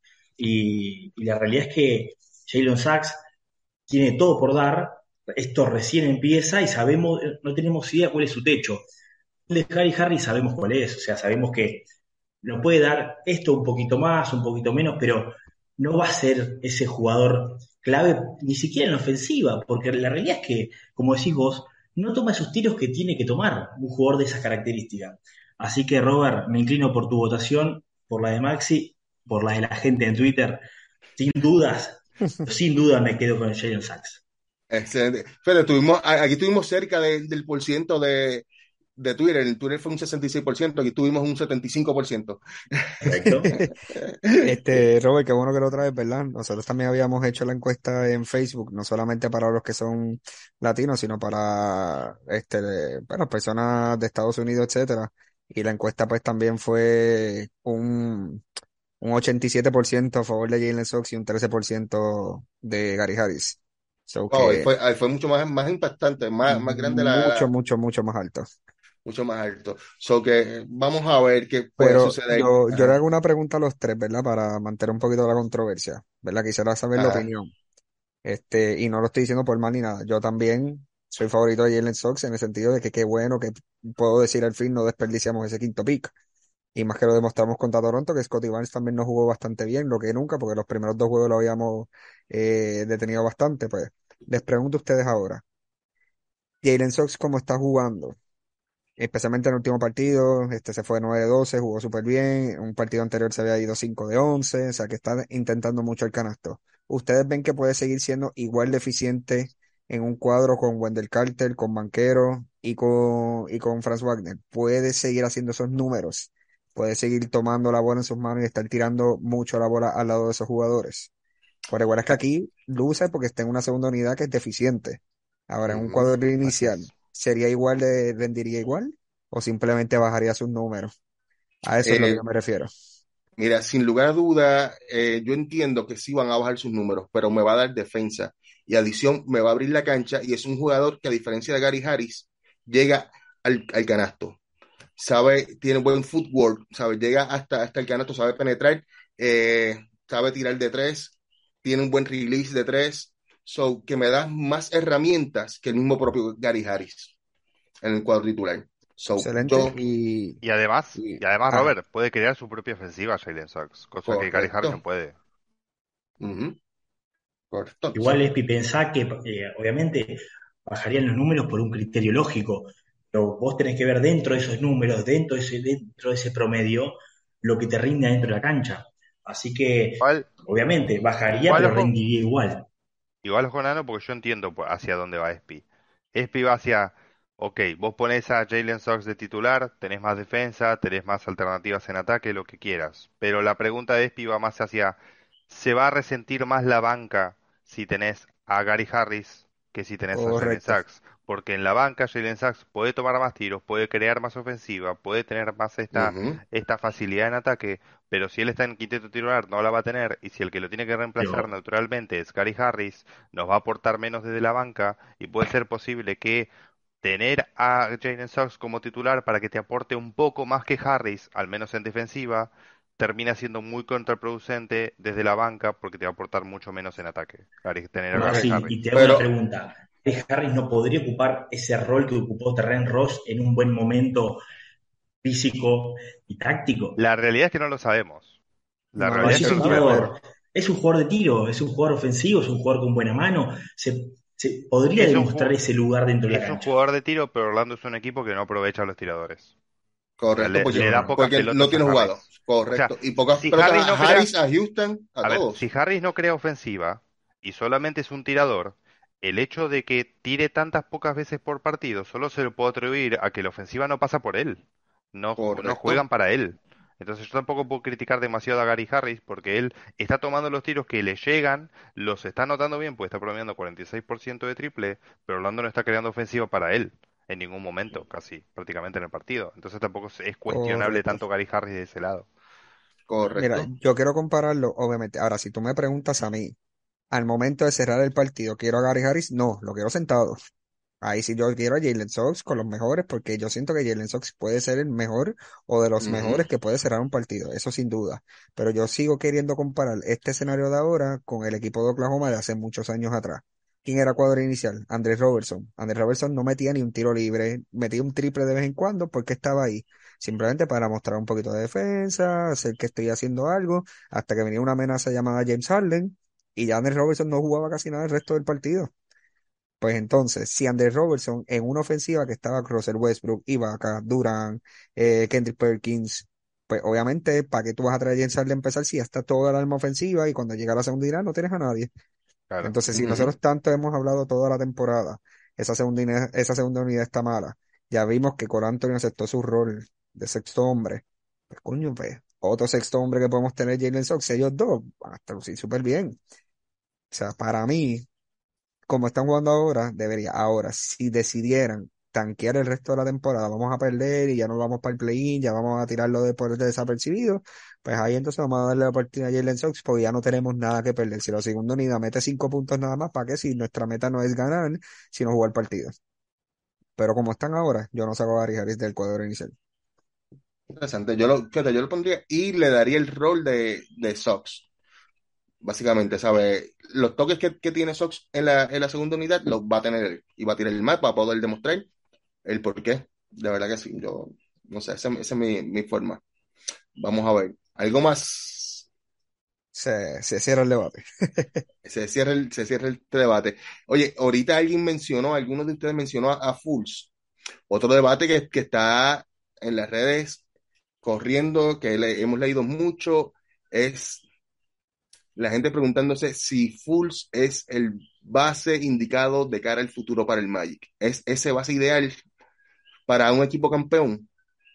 Y, y la realidad es que Jalen Sachs tiene todo por dar. Esto recién empieza y sabemos, no tenemos idea cuál es su techo. El de Harry Harry sabemos cuál es, o sea, sabemos que nos puede dar esto un poquito más, un poquito menos, pero no va a ser ese jugador clave ni siquiera en la ofensiva, porque la realidad es que, como decís vos, no toma esos tiros que tiene que tomar un jugador de esas características. Así que, Robert, me inclino por tu votación, por la de Maxi, por la de la gente en Twitter, sin dudas, sin duda me quedo con Jalen Sachs. Excelente. Pero tuvimos, aquí estuvimos cerca de- del por ciento de, de Twitter. En Twitter fue un sesenta y seis por ciento, aquí tuvimos un setenta y cinco por ciento. ¿Correcto? Este, Robert, qué bueno que lo traes, ¿verdad? Nosotros también habíamos hecho la encuesta en Facebook, no solamente para los que son latinos, sino para, este, bueno, personas de Estados Unidos, etcétera. Y la encuesta, pues, también fue un, un ochenta y siete por ciento a favor de Jalen Sox y un trece por ciento de Gary Harris. So Oh, ahí que fue, ahí fue mucho más, más impactante, más, más grande la, mucho, la- mucho, mucho más alto. mucho más alto. So que vamos a ver qué puede Pero suceder. yo, yo le Ajá, hago una pregunta a los tres, ¿verdad? Para mantener un poquito la controversia, ¿verdad? Quisiera saber la ajá. opinión. Este, y no lo estoy diciendo por mal ni nada. Yo también soy favorito de Jalen Sox en el sentido de que qué bueno que puedo decir al fin no desperdiciamos ese quinto pick. Y más que lo demostramos contra Toronto, que Scotty Barnes también nos jugó bastante bien, lo que nunca, porque los primeros dos juegos lo habíamos eh, detenido bastante. Pues les pregunto a ustedes ahora, Jalen Sox, ¿cómo está jugando? Especialmente en el último partido, este se fue nueve de doce, jugó súper bien. Un partido anterior se había ido cinco de once, o sea que está intentando mucho el canasto. ¿Ustedes ven que puede seguir siendo igual de eficiente en un cuadro con Wendell Carter, con Banquero y con, y con Franz Wagner? ¿Puede seguir haciendo esos números? ¿Puede seguir tomando la bola en sus manos y estar tirando mucho la bola al lado de esos jugadores? Por igual es que aquí luce porque está en una segunda unidad que es deficiente. Ahora, en un Ujú, cuadro así inicial, es. ¿sería igual de, rendiría igual? ¿O simplemente bajaría sus números? A eso es lo que Eh, yo me refiero. Mira, sin lugar a duda, eh, yo entiendo que sí van a bajar sus números, pero me va a dar defensa y adición me va a abrir la cancha y es un jugador que a diferencia de Gary Harris llega al, al canasto, sabe, tiene buen footwork, sabe, llega hasta, hasta el canasto, sabe penetrar, eh, sabe tirar de tres, tiene un buen release de tres, so que me da más herramientas que el mismo propio Gary Harris en el cuadro titular. So, Excelente. yo, Y, Y además, y y además ah, Robert puede crear su propia ofensiva Jalen Sachs, cosa que Gary Harris no correcto. puede. Ujú, correcto. Igual, So, Espi, pensá que eh, obviamente bajarían los números por un criterio lógico, pero vos tenés que ver dentro de esos números, dentro de ese, dentro de ese promedio, lo que te rinde dentro de la cancha. Así que, Igual, obviamente, bajaría, igual pero ojo, rendiría igual. igual ojo, Nano, porque yo entiendo por- hacia dónde va Espi. Espi va hacia, ok, vos pones a Jalen Suggs de titular, tenés más defensa, tenés más alternativas en ataque, lo que quieras. Pero la pregunta de Espi va más hacia, ¿se va a resentir más la banca si tenés a Gary Harris que si tenés a Jalen Correcto, Suggs? Porque en la banca Jalen Suggs puede tomar más tiros, puede crear más ofensiva, puede tener más esta, Ujú. esta facilidad en ataque, pero si él está en quinteto titular no la va a tener, y si el que lo tiene que reemplazar Pero, naturalmente es Gary Harris, nos va a aportar menos desde la banca y puede ser posible que tener a Jalen Suggs como titular para que te aporte un poco más que Harris, al menos en defensiva, termina siendo muy contraproducente desde la banca porque te va a aportar mucho menos en ataque. Gary- tener a bueno, Gary sí, y Harris. te hago una Pero, pregunta. ¿Chris Harris no podría ocupar ese rol que ocupó Terren Ross en un buen momento físico y táctico? La realidad es que no lo sabemos. La no, Pero realidad nadie es si que es se no un lo sabe, sabemos. tirador, pero es un jugador de tiro, es un jugador ofensivo, es un jugador con buena mano, se, se podría Es un, demostrar ju- ese lugar dentro de la es un cancha. jugador de tiro, pero Orlando es un equipo que no aprovecha a los tiradores. O sea, correcto, le, le porque, da No, pocas porque no pelotas a tiene jugado. Harris. O sea, Correcto. Y pocas si pelotas Harris no a crea, Harris, a Houston, a a ver, si todos. Harris no crea ofensiva y solamente es un tirador, el hecho de que tire tantas pocas veces por partido solo se lo puedo atribuir a que la ofensiva no pasa por él. No, ju- no juegan Correcto. para él. Entonces yo tampoco puedo criticar demasiado a Gary Harris porque él está tomando los tiros que le llegan, los está anotando bien, pues está promediando cuarenta y seis por ciento de triple, pero Orlando no está creando ofensiva para él en ningún momento, casi, prácticamente en el partido. Entonces tampoco es es cuestionable correcto. tanto Gary Harris de ese lado. Mira, Correcto. yo quiero compararlo, obviamente. Ahora, si tú me preguntas a mí, al momento de cerrar el partido, ¿quiero a Gary Harris? No, lo quiero sentado. Ahí sí yo quiero a Jalen Suggs con los mejores, porque yo siento que Jalen Suggs puede ser el mejor o de los Ujú. mejores que puede cerrar un partido, eso sin duda. Pero yo sigo queriendo comparar este escenario de ahora con el equipo de Oklahoma de hace muchos años atrás. ¿Quién era cuadro inicial? Andrés Robertson. Andrés Robertson no metía ni un tiro libre, metía un triple de vez en cuando porque estaba ahí. Simplemente para mostrar un poquito de defensa, hacer que estoy haciendo algo, hasta que venía una amenaza llamada James Harden y ya Andrés Robertson no jugaba casi nada el resto del partido. Pues entonces, si Andrés Robertson en una ofensiva que estaba Russell Westbrook, Ibaka, Durant, eh, Kendrick Perkins, pues obviamente, ¿para qué tú vas a traer a James Harden a empezar si ya está toda la arma ofensiva y cuando llega la segunda unidad no tienes a nadie? Claro. Entonces, si Ujú. nosotros tanto hemos hablado toda la temporada, esa segunda unidad, esa segunda unidad está mala, ya vimos que Cole Anthony aceptó su rol de sexto hombre, pues coño, pues, otro sexto hombre que podemos tener, Jalen Suggs, ellos dos, van a estar lucir súper bien. O sea, para mí como están jugando ahora, debería. Ahora, si decidieran tanquear el resto de la temporada, vamos a perder y ya no vamos para el play-in, ya vamos a tirarlo de por desapercibido, pues ahí entonces vamos a darle la oportunidad a Jalen Sox porque ya no tenemos nada que perder. Si la segunda unidad mete cinco puntos nada más, ¿para qué? Si nuestra meta no es ganar, sino jugar partido. Pero como están ahora, yo no saco a Gary Harris del cuadro inicial. Interesante. Yo lo, fíjate, yo lo pondría y le daría el rol de, de Sox. Básicamente, ¿sabes? Los toques que, que tiene Sox en la, en la segunda unidad los va a tener él. Y va a tirar el mapa para poder demostrar el por qué. De verdad que sí. Yo, no sé, esa, esa es mi, mi forma. Vamos a ver. Algo más. Se, se cierra el debate. Se cierra el, se cierra el debate. Oye, ahorita alguien mencionó, alguno de ustedes mencionó a, a Fultz. Otro debate que, que está en las redes corriendo, que le, hemos leído mucho, es la gente preguntándose si Fultz es el base indicado de cara al futuro para el Magic. ¿Es ese base ideal para un equipo campeón?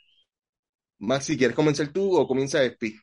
Max, si quieres comenzar tú o comienza Espi.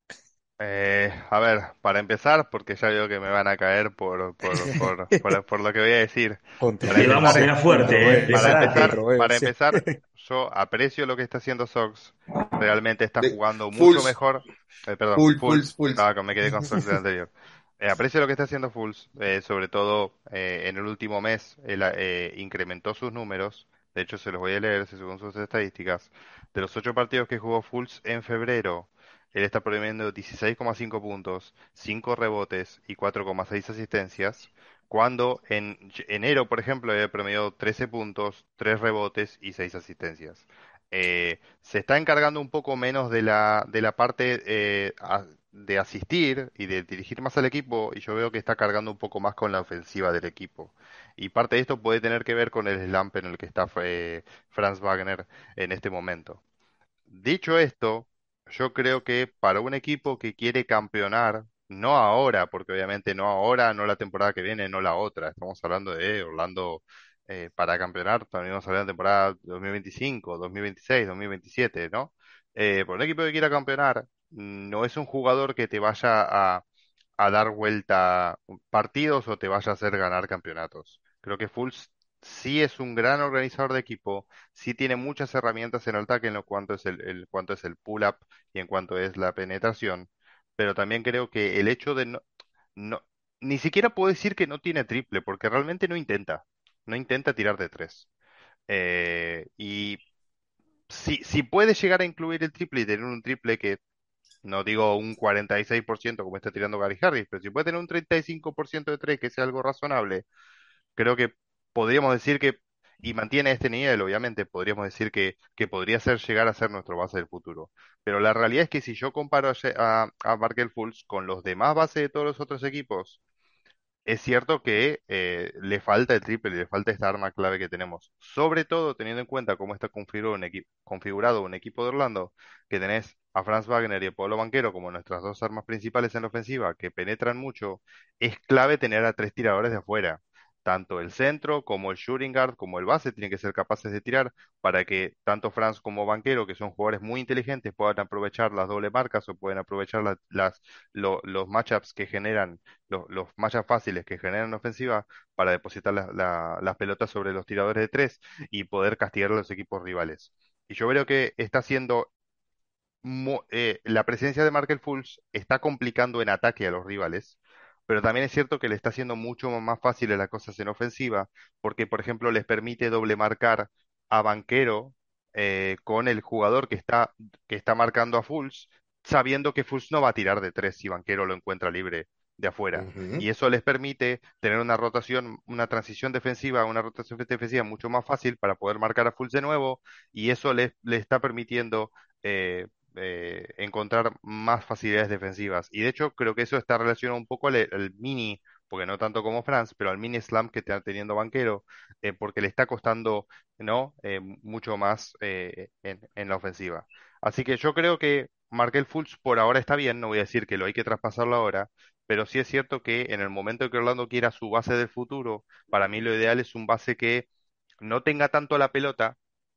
Eh, a ver, para empezar, porque ya veo que me van a caer por, por, por, por, por lo que voy a decir. Para Te vamos a empezar, Controversia, pegar fuerte, ¿eh? para controversia, empezar, Prepárate. para controversia. empezar, yo aprecio lo que está haciendo Sox. Realmente está De jugando mucho Fultz, mejor. Eh, perdón, Fultz, Fultz, Fultz. Fultz. Estaba con- me quedé con Sox del anterior. Eh, aprecio lo que está haciendo Fultz, eh, sobre todo eh, en el último mes, él eh, incrementó sus números. De hecho, se los voy a leer según sus estadísticas. De los ocho partidos que jugó Fultz en febrero, él está promediando dieciséis coma cinco puntos, cinco rebotes y cuatro coma seis asistencias, cuando en ll- enero, por ejemplo, había promediado trece puntos, tres rebotes y seis asistencias. Eh, se está encargando un poco menos de la, de la parte eh, a- de asistir y de dirigir más al equipo, y yo veo que está cargando un poco más con la ofensiva del equipo. Y parte de esto puede tener que ver con el slump en el que está eh, Franz Wagner en este momento. Dicho esto, Yo creo que para un equipo que quiere campeonar, no ahora, porque obviamente no ahora, no la temporada que viene, no la otra. Estamos hablando de Orlando eh, para campeonar, también vamos a hablar de la temporada dos mil veinticinco, dos mil veintiséis, dos mil veintisiete, ¿no? Eh, por un equipo que quiera campeonar, no es un jugador que te vaya a, a dar vuelta partidos o te vaya a hacer ganar campeonatos. Creo que Fultz sí es un gran organizador de equipo, sí tiene muchas herramientas en el ataque en lo cuanto es el, el- cuanto es el pull-up y en cuanto es la penetración, pero también creo que el hecho de no, no, ni siquiera puedo decir que no tiene triple, porque realmente no intenta, no intenta tirar de tres. Eh, y si, si puede llegar a incluir el triple y tener un triple que, no digo un cuarenta y seis por ciento como está tirando Gary Harris, pero si puede tener un treinta y cinco por ciento de tres, que sea algo razonable, creo que podríamos decir que, y mantiene este nivel, obviamente, podríamos decir que, que podría ser llegar a ser nuestro base del futuro. Pero la realidad es que si yo comparo a, She- a, a Markel Fultz con los demás bases de todos los otros equipos, es cierto que eh, le falta el triple, le falta esta arma clave que tenemos. Sobre todo teniendo en cuenta cómo está configurado un, equi- configurado un equipo de Orlando, que tenés a Franz Wagner y a Pablo Banquero como nuestras dos armas principales en la ofensiva, que penetran mucho, es clave tener a tres tiradores de afuera. Tanto el centro como el shooting guard como el base tienen que ser capaces de tirar para que tanto Franz como Banquero, que son jugadores muy inteligentes, puedan aprovechar las doble marcas o pueden aprovechar las, las- lo- los matchups que generan los, los matchups fáciles que generan ofensiva para depositar la- la- las pelotas sobre los tiradores de tres y poder castigar a los equipos rivales. Y yo creo que está haciendo mu- eh, la presencia de Markel Fultz está complicando en ataque a los rivales, pero también es cierto que le está haciendo mucho más fáciles las cosas en ofensiva, porque por ejemplo les permite doble marcar a Banquero eh, con el jugador que está, que está marcando a Fultz, sabiendo que Fultz no va a tirar de tres si Banquero lo encuentra libre de afuera. Y Ujú. eso les permite tener una rotación, una transición defensiva, una rotación defensiva mucho más fácil para poder marcar a Fultz de nuevo, y eso le, le está permitiendo eh, eh, encontrar más facilidades defensivas. Y de hecho creo que eso está relacionado un poco al, al mini, porque no tanto como Franz, pero al mini slam que está teniendo Banquero, eh, porque le está costando, ¿no? Eh, mucho más eh, en, en la ofensiva. Así que yo creo que Markel Fultz por ahora está bien, no voy a decir que lo hay que traspasarlo ahora, pero sí es cierto que en el momento que Orlando quiera su base del futuro, para mí lo ideal es un base que no tenga tanto la pelota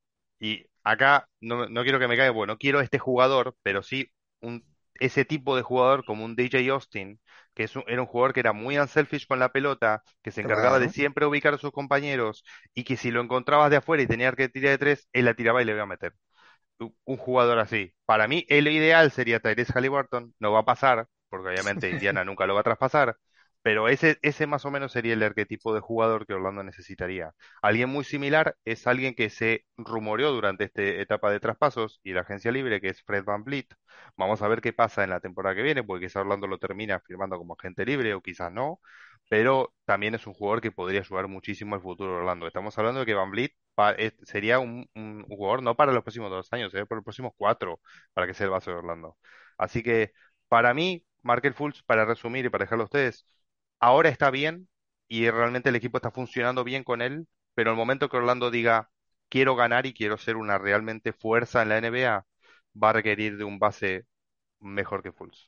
y acá no, no quiero que me caiga, bueno, no quiero este jugador, pero sí un, ese tipo de jugador como un D J Austin, que es un- era un jugador que era muy unselfish con la pelota, que se encargaba de Claro. siempre ubicar a sus compañeros y que si lo encontrabas de afuera y tenía que tirar de tres, él la tiraba y le iba a meter un un jugador así. Para mí, el ideal sería Tyrese Halliburton. No va a pasar, porque obviamente Indiana nunca lo va a traspasar. Pero ese, ese más o menos sería el arquetipo de jugador que Orlando necesitaría. Alguien muy similar es alguien que se rumoreó durante esta etapa de traspasos y la agencia libre, que es Fred VanVleet. Vamos a ver qué pasa en la temporada que viene, porque quizá Orlando lo termina firmando como agente libre o quizás no. Pero también es un jugador que podría ayudar muchísimo al futuro de Orlando. Estamos hablando de que VanVleet pa- es- sería un, un- un jugador no para los próximos dos años, sería para los próximos cuatro, para que sea el base de Orlando. Así que para mí, Markel Fultz, para resumir y para dejarlo a ustedes, ahora está bien y realmente el equipo está funcionando bien con él, pero el momento que Orlando diga quiero ganar y quiero ser una realmente fuerza en la N B A, va a requerir de un base mejor que Fultz.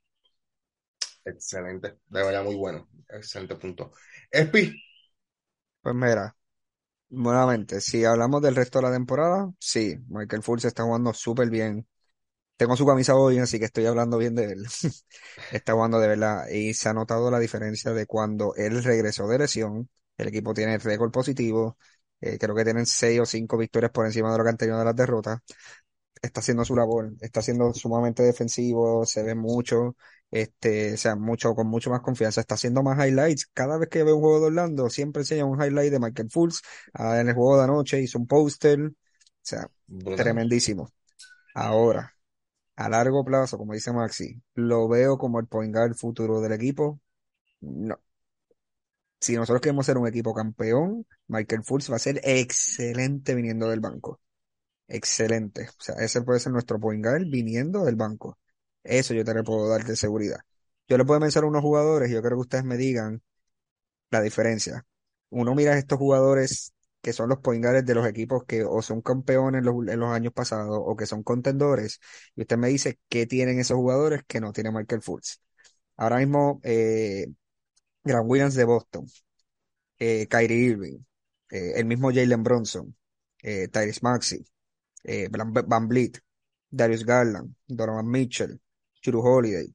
Excelente, de verdad muy bueno. Excelente punto. Espi, Pues mira, nuevamente, si hablamos del resto de la temporada, sí, Michael Fultz está jugando súper bien. Tengo su camisa hoy, así que estoy hablando bien de él. Está jugando de verdad. Y se ha notado la diferencia de cuando él regresó de lesión. El equipo tiene récord positivo. Eh, creo que tienen seis o cinco victorias por encima de lo que han tenido de las derrotas. Está haciendo su labor. Está siendo sumamente defensivo. Se ve mucho. Este, o sea, mucho, con mucho más confianza. Está haciendo más highlights. Cada vez que veo un juego de Orlando, siempre enseña un highlight de Michael Fultz. Ah, en el juego de anoche hizo un póster. O sea, brutal. tremendísimo. Ahora a largo plazo, como dice Maxi, lo veo como el point guard futuro del equipo. No. Si nosotros queremos ser un equipo campeón, Michael Fultz va a ser excelente viniendo del banco. Excelente. O sea, ese puede ser nuestro point guard viniendo del banco. Eso yo te lo puedo dar de seguridad. Yo le puedo mencionar unos jugadores y yo creo que ustedes me digan la diferencia. Uno mira a estos jugadores que son los point guards de los equipos que o son campeones en los, en los años pasados o que son contendores, y usted me dice qué tienen esos jugadores que no tiene Michael Fultz. Ahora mismo, eh, Grant Williams de Boston, eh, Kyrie Irving, eh, el mismo Jalen Brunson, eh, Tyrese Maxey, eh, Van Van Vliet, Darius Garland, Donovan Mitchell, Jrue Holiday,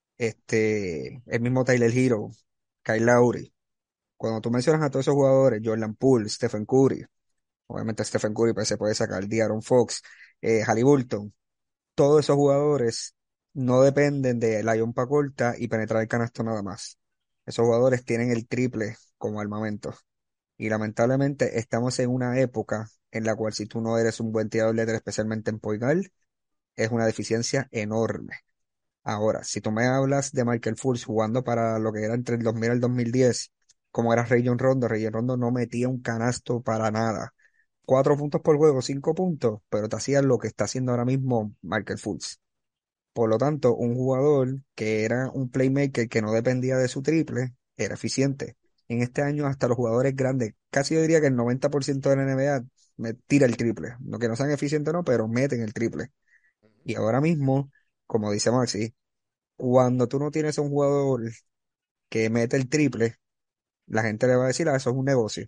este, el mismo Tyler Hero, Kyle Lowry. Cuando tú mencionas a todos esos jugadores, Jordan Poole, Stephen Curry, obviamente Stephen Curry pues, se puede sacar, De'Aaron Fox, eh, Haliburton, todos esos jugadores no dependen de la yompa corta y penetrar el canasto nada más. Esos jugadores tienen el triple como armamento. Y lamentablemente estamos en una época en la cual si tú no eres un buen tirador de tres, especialmente en point guard, es una deficiencia enorme. Ahora, si tú me hablas de Michael Fultz jugando para lo que era entre el dos mil y el dos mil diez, como era Rajon Rondo, Rajon Rondo no metía un canasto para nada. Cuatro puntos por juego, cinco puntos, pero te hacía lo que está haciendo ahora mismo Michael Fultz. Por lo tanto, un jugador que era un playmaker que no dependía de su triple, era eficiente. En este año, hasta los jugadores grandes, casi yo diría que el noventa por ciento de la N B A me tira el triple. No que no sean eficientes, no, pero meten el triple. Y ahora mismo, como dice Maxi, cuando tú no tienes un jugador que mete el triple, la gente le va a decir, ah, eso es un negocio.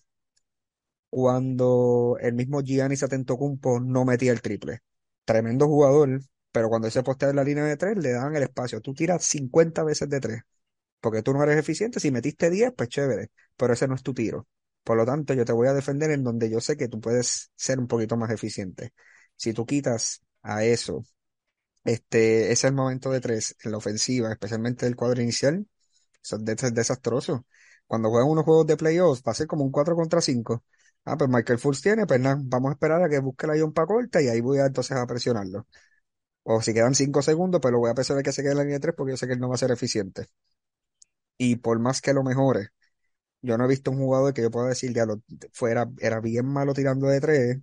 Cuando el mismo Giannis Antetokounmpo no metía el triple. Tremendo jugador, pero cuando él se postea en la línea de tres, le dan el espacio. Tú tiras cincuenta veces de tres, porque tú no eres eficiente. Si metiste diez, pues chévere, pero ese no es tu tiro. Por lo tanto, yo te voy a defender en donde yo sé que tú puedes ser un poquito más eficiente. Si tú quitas a eso, este, ese es el momento de tres en la ofensiva, especialmente el cuadro inicial, eso es des- desastroso. Cuando juegan unos juegos de playoffs, va a ser como un cuatro contra cinco. Ah, pues Michael Fultz tiene, pues nada, vamos a esperar a que busque la pa' corta y ahí voy a entonces a presionarlo. O si quedan cinco segundos, pues lo voy a presionar que se quede en la línea de tres porque yo sé que él no va a ser eficiente. Y por más que lo mejore, yo no he visto un jugador que yo pueda decir, ya lo fuera, era bien malo tirando de tres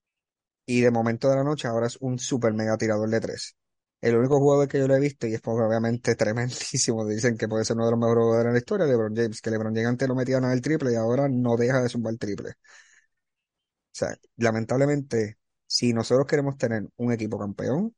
y de momento de la noche ahora es un super mega tirador de tres. El único jugador que yo le he visto, y es pues, obviamente tremendísimo, dicen que puede ser uno de los mejores jugadores en la historia, LeBron James, que LeBron James antes lo metía en el triple y ahora no deja de zumbar el triple. O sea, lamentablemente, si nosotros queremos tener un equipo campeón,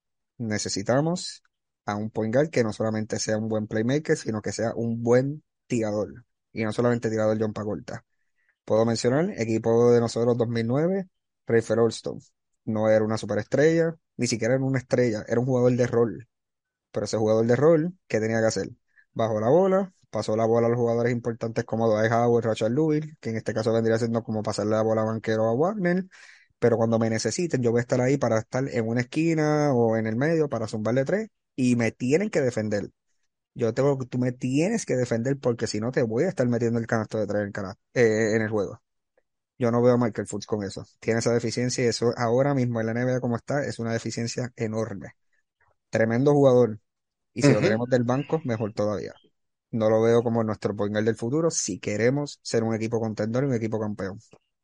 necesitamos a un point guard que no solamente sea un buen playmaker, sino que sea un buen tirador. Y no solamente tirador John Pagolta. Puedo mencionar, equipo de nosotros dos mil nueve, Rafer Alston. No era una superestrella, ni siquiera era una estrella, era un jugador de rol. Pero ese jugador de rol, ¿qué tenía que hacer? Bajó la bola, pasó la bola a los jugadores importantes como Dwight Howard, Rashard Lewis, que en este caso vendría siendo como pasarle la bola a Banquero a Wagner. Pero cuando me necesiten, yo voy a estar ahí para estar en una esquina o en el medio para zumbarle tres y me tienen que defender. Yo tengo, tú me tienes que defender porque si no te voy a estar metiendo el canasto de tres en el, cana- eh, en el juego. Yo no veo a Michael Fultz con eso. Tiene esa deficiencia y eso ahora mismo en la N B A como está es una deficiencia enorme. Tremendo jugador. Y si lo Ujú. tenemos del banco, mejor todavía. No lo veo como nuestro point guard del futuro si queremos ser un equipo contendor y un equipo campeón.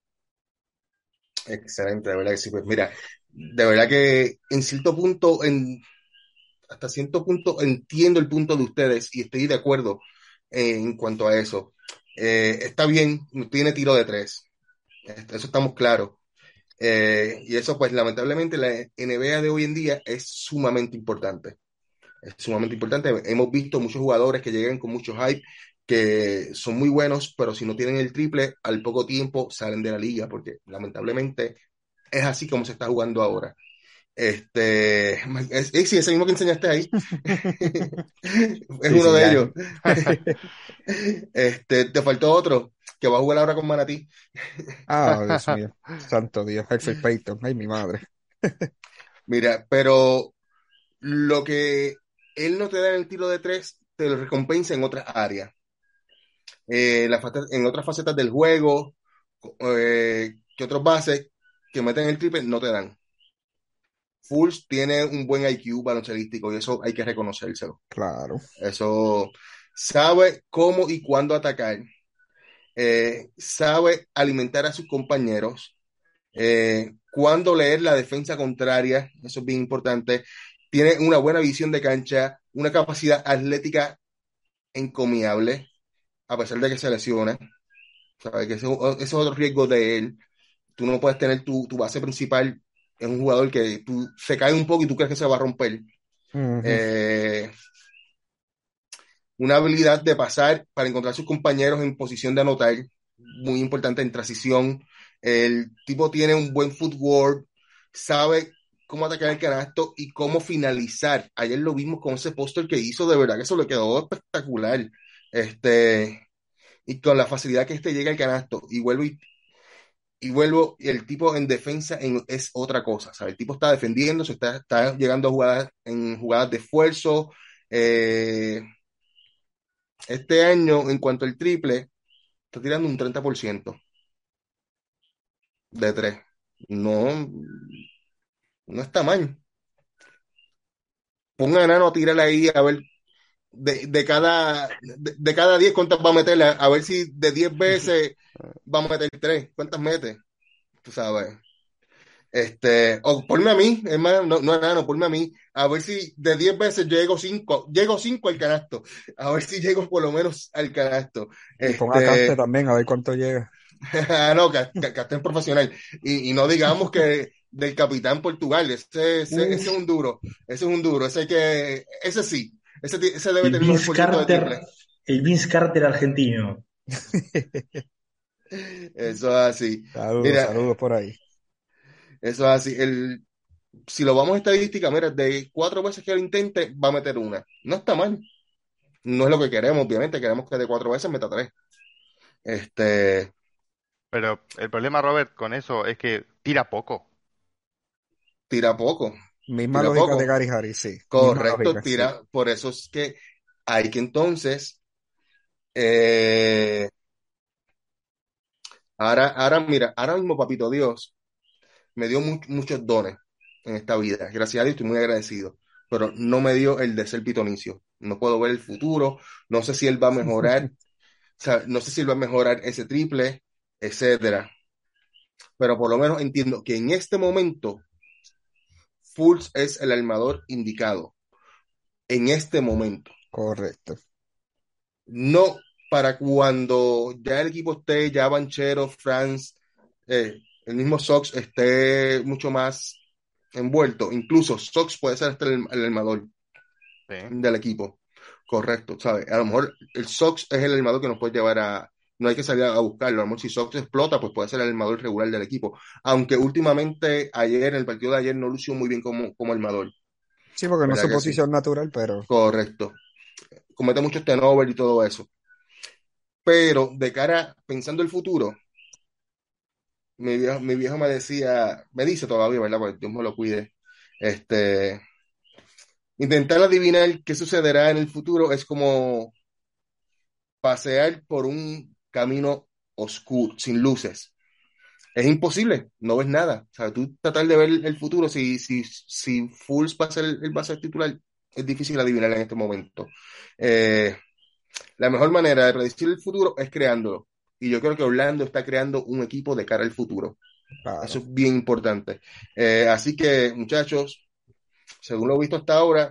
Excelente, de verdad que sí. Pues mira, de verdad que en cierto punto, en, hasta cierto punto entiendo el punto de ustedes y estoy de acuerdo eh, en cuanto a eso. Eh, está bien, no tiene tiro de tres, eso estamos claros. Eh, y eso, pues lamentablemente, la N B A de hoy en día es sumamente importante. Es sumamente importante. Hemos visto muchos jugadores que llegan con mucho hype, que son muy buenos, pero si no tienen el triple, al poco tiempo salen de la liga, porque lamentablemente es así como se está jugando ahora. Este, es, es, sí, ese mismo que enseñaste ahí, es Sí, uno sí, de ya. ellos. Este, te faltó otro, que va a jugar ahora con Manatí. Ah, Dios mío. Santo Dios. Elfrid Payton. Ay, mi madre. Mira, pero lo que él no te da en el tiro de tres, te lo recompensa en otras áreas. Eh, la fase- en otras facetas del juego, eh, que otros bases que meten el triple no te dan. Fultz tiene un buen I Q baloncelístico y eso hay que reconocérselo. Claro. Eso sabe cómo y cuándo atacar, eh, sabe alimentar a sus compañeros, eh, cuándo leer la defensa contraria, eso es bien importante. Tiene una buena visión de cancha, una capacidad atlética encomiable, a pesar de que se lesiona. ¿Sabe? Que eso, eso es otro riesgo de él. tú no puedes tener tu, tu base principal en un jugador que tú, se cae un poco y tú crees que se va a romper. Ujú. Eh, una habilidad de pasar para encontrar sus compañeros en posición de anotar, muy importante en transición. El tipo tiene un buen footwork, sabe cómo atacar el canasto y cómo finalizar. Ayer lo vimos con ese póster que hizo, de verdad que eso le quedó espectacular. Este, y con la facilidad que este llega al canasto y vuelvo y, y vuelvo, y el tipo en defensa en, es otra cosa. ¿Sabe? El tipo está defendiendo, se está, está llegando a jugadas en jugadas de esfuerzo. Eh, este año, en cuanto al triple, está tirando un treinta por ciento de tres. No, no está mal. Ponga a Nano a tirar ahí a ver de, de cada de, de cada diez cuántas va a meter, a, a ver si de diez veces va a meter tres. ¿Cuántas mete? Tú sabes. Este, o ponme a mí, hermano, no, no, no, no, ponme a mí, a ver si de diez veces llego cinco, llego cinco al canasto, a ver si llego por lo menos al canasto. Y ponga a Caste Este, también, a ver cuánto llega. no, que, que, que estén profesional. Y, y no digamos que del capitán Portugal, ese, ese, ese es Uf, un duro, ese es un duro, ese que, ese sí, ese, ti- ese debe el tener el mejor Vince por ciento de Carter, triple. el Vince Carter argentino. Eso es así. Saludos, Mira, saludos por ahí. eso es así. El, si lo vamos a estadística, mira, de cuatro veces que lo intente, va a meter una. No está mal. No es lo que queremos, obviamente. Queremos que de cuatro veces meta tres. Este, Pero el problema, Robert, con eso es que tira poco. tira poco, Misma tira lógica de poco. Gary Harris, sí. Misma Correcto, lógica, sí. tira. Por eso es que hay que entonces, eh, ahora, ahora, mira, ahora mismo, papito Dios, me dio mu- muchos dones en esta vida. Gracias a Dios, estoy muy agradecido. Pero no me dio el de ser pitonicio. No puedo ver el futuro. No sé si él va a mejorar. O sea, no sé si él va a mejorar ese triple, etcétera. Pero por lo menos entiendo que en este momento Fultz es el armador indicado. En este momento. Correcto. No para cuando ya el equipo esté, ya Banchero, Franz, eh, el mismo Sox esté mucho más envuelto. Incluso Sox puede ser hasta el, el armador Sí. del equipo. Correcto, ¿sabes? A lo mejor el Sox es el armador que nos puede llevar a. No hay que salir a buscarlo. A lo mejor si Sox explota, pues puede ser el armador regular del equipo. Aunque últimamente, ayer, en el partido de ayer, no lució muy bien como, como armador. Sí, porque no es ¿Verdad su que sí? posición natural, pero Correcto. Comete muchos turnovers y todo eso. Pero de cara, pensando el futuro, mi viejo, mi viejo me decía, me dice todavía, ¿verdad? Porque Dios me lo cuide. Este, intentar adivinar qué sucederá en el futuro es como pasear por un camino oscuro, sin luces. Es imposible, no ves nada. O sea, tú tratar de ver el futuro, si, si, si Fultz va a ser el, el va a ser titular, es difícil adivinar en este momento. Eh, la mejor manera de predecir el futuro es creándolo. Y yo creo que Orlando está creando un equipo de cara al futuro. Eso claro. es bien importante. Eh, así que, muchachos, según lo visto hasta ahora,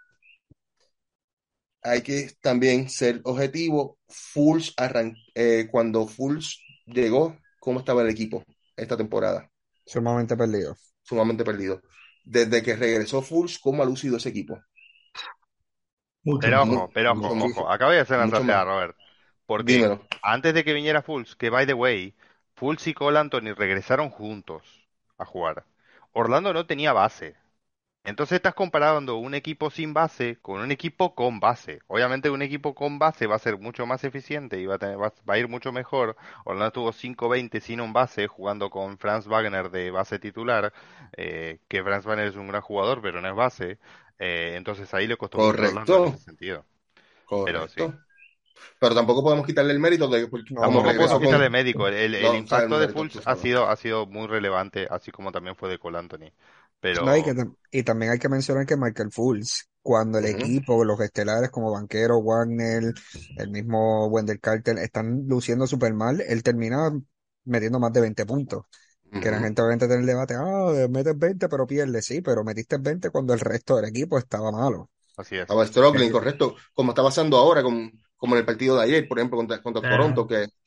hay que también ser objetivo. Fultz arran eh, cuando Fultz llegó, ¿cómo estaba el equipo esta temporada? Sumamente perdido. Sumamente perdido. Desde que regresó Fultz, ¿cómo ha lucido ese equipo? Mucho Pero Mu ojo, mejor. pero ojo, mucho, Muchísimo. ojo. Acá voy a hacer una mucho salteada, mejor. Robert. Porque Dímelo. antes de que viniera Fultz, que by the way, Fultz y Cole Anthony regresaron juntos a jugar. Orlando no tenía base. Entonces estás comparando un equipo sin base con un equipo con base. Obviamente un equipo con base va a ser mucho más eficiente y va a tener- va, va a ir mucho mejor. Orlando tuvo cinco veinte sin un base, jugando con Franz Wagner de base titular, eh, que Franz Wagner es un gran jugador, pero no es base. Eh, entonces ahí le costó mucho a Orlando en ese Correcto, sentido. Pero sí. correcto. Pero tampoco podemos quitarle el mérito de porque No, como no, Tampoco podemos regresó claro. quitarle con, médico. El, el- el no, o sea, el impacto de mérito, tú Fultz ha sabes. sido, ha sido muy relevante, así como también fue de Cole Anthony. No, y, que, Pero, tam- y también hay que mencionar que Michael Fultz, cuando el Ujú, equipo, los estelares como Banquero, Wagner, el mismo Wendell Carter, están luciendo súper mal, él termina metiendo más de veinte puntos. Que la ujú. gente obviamente tiene el debate, ah, metes veinte pero pierdes, sí, pero metiste veinte cuando el resto del equipo estaba malo. así es. Estaba struggling, Eh, correcto, como está pasando ahora, con, como en el partido de ayer, por ejemplo, contra, contra Toronto, Claro. que,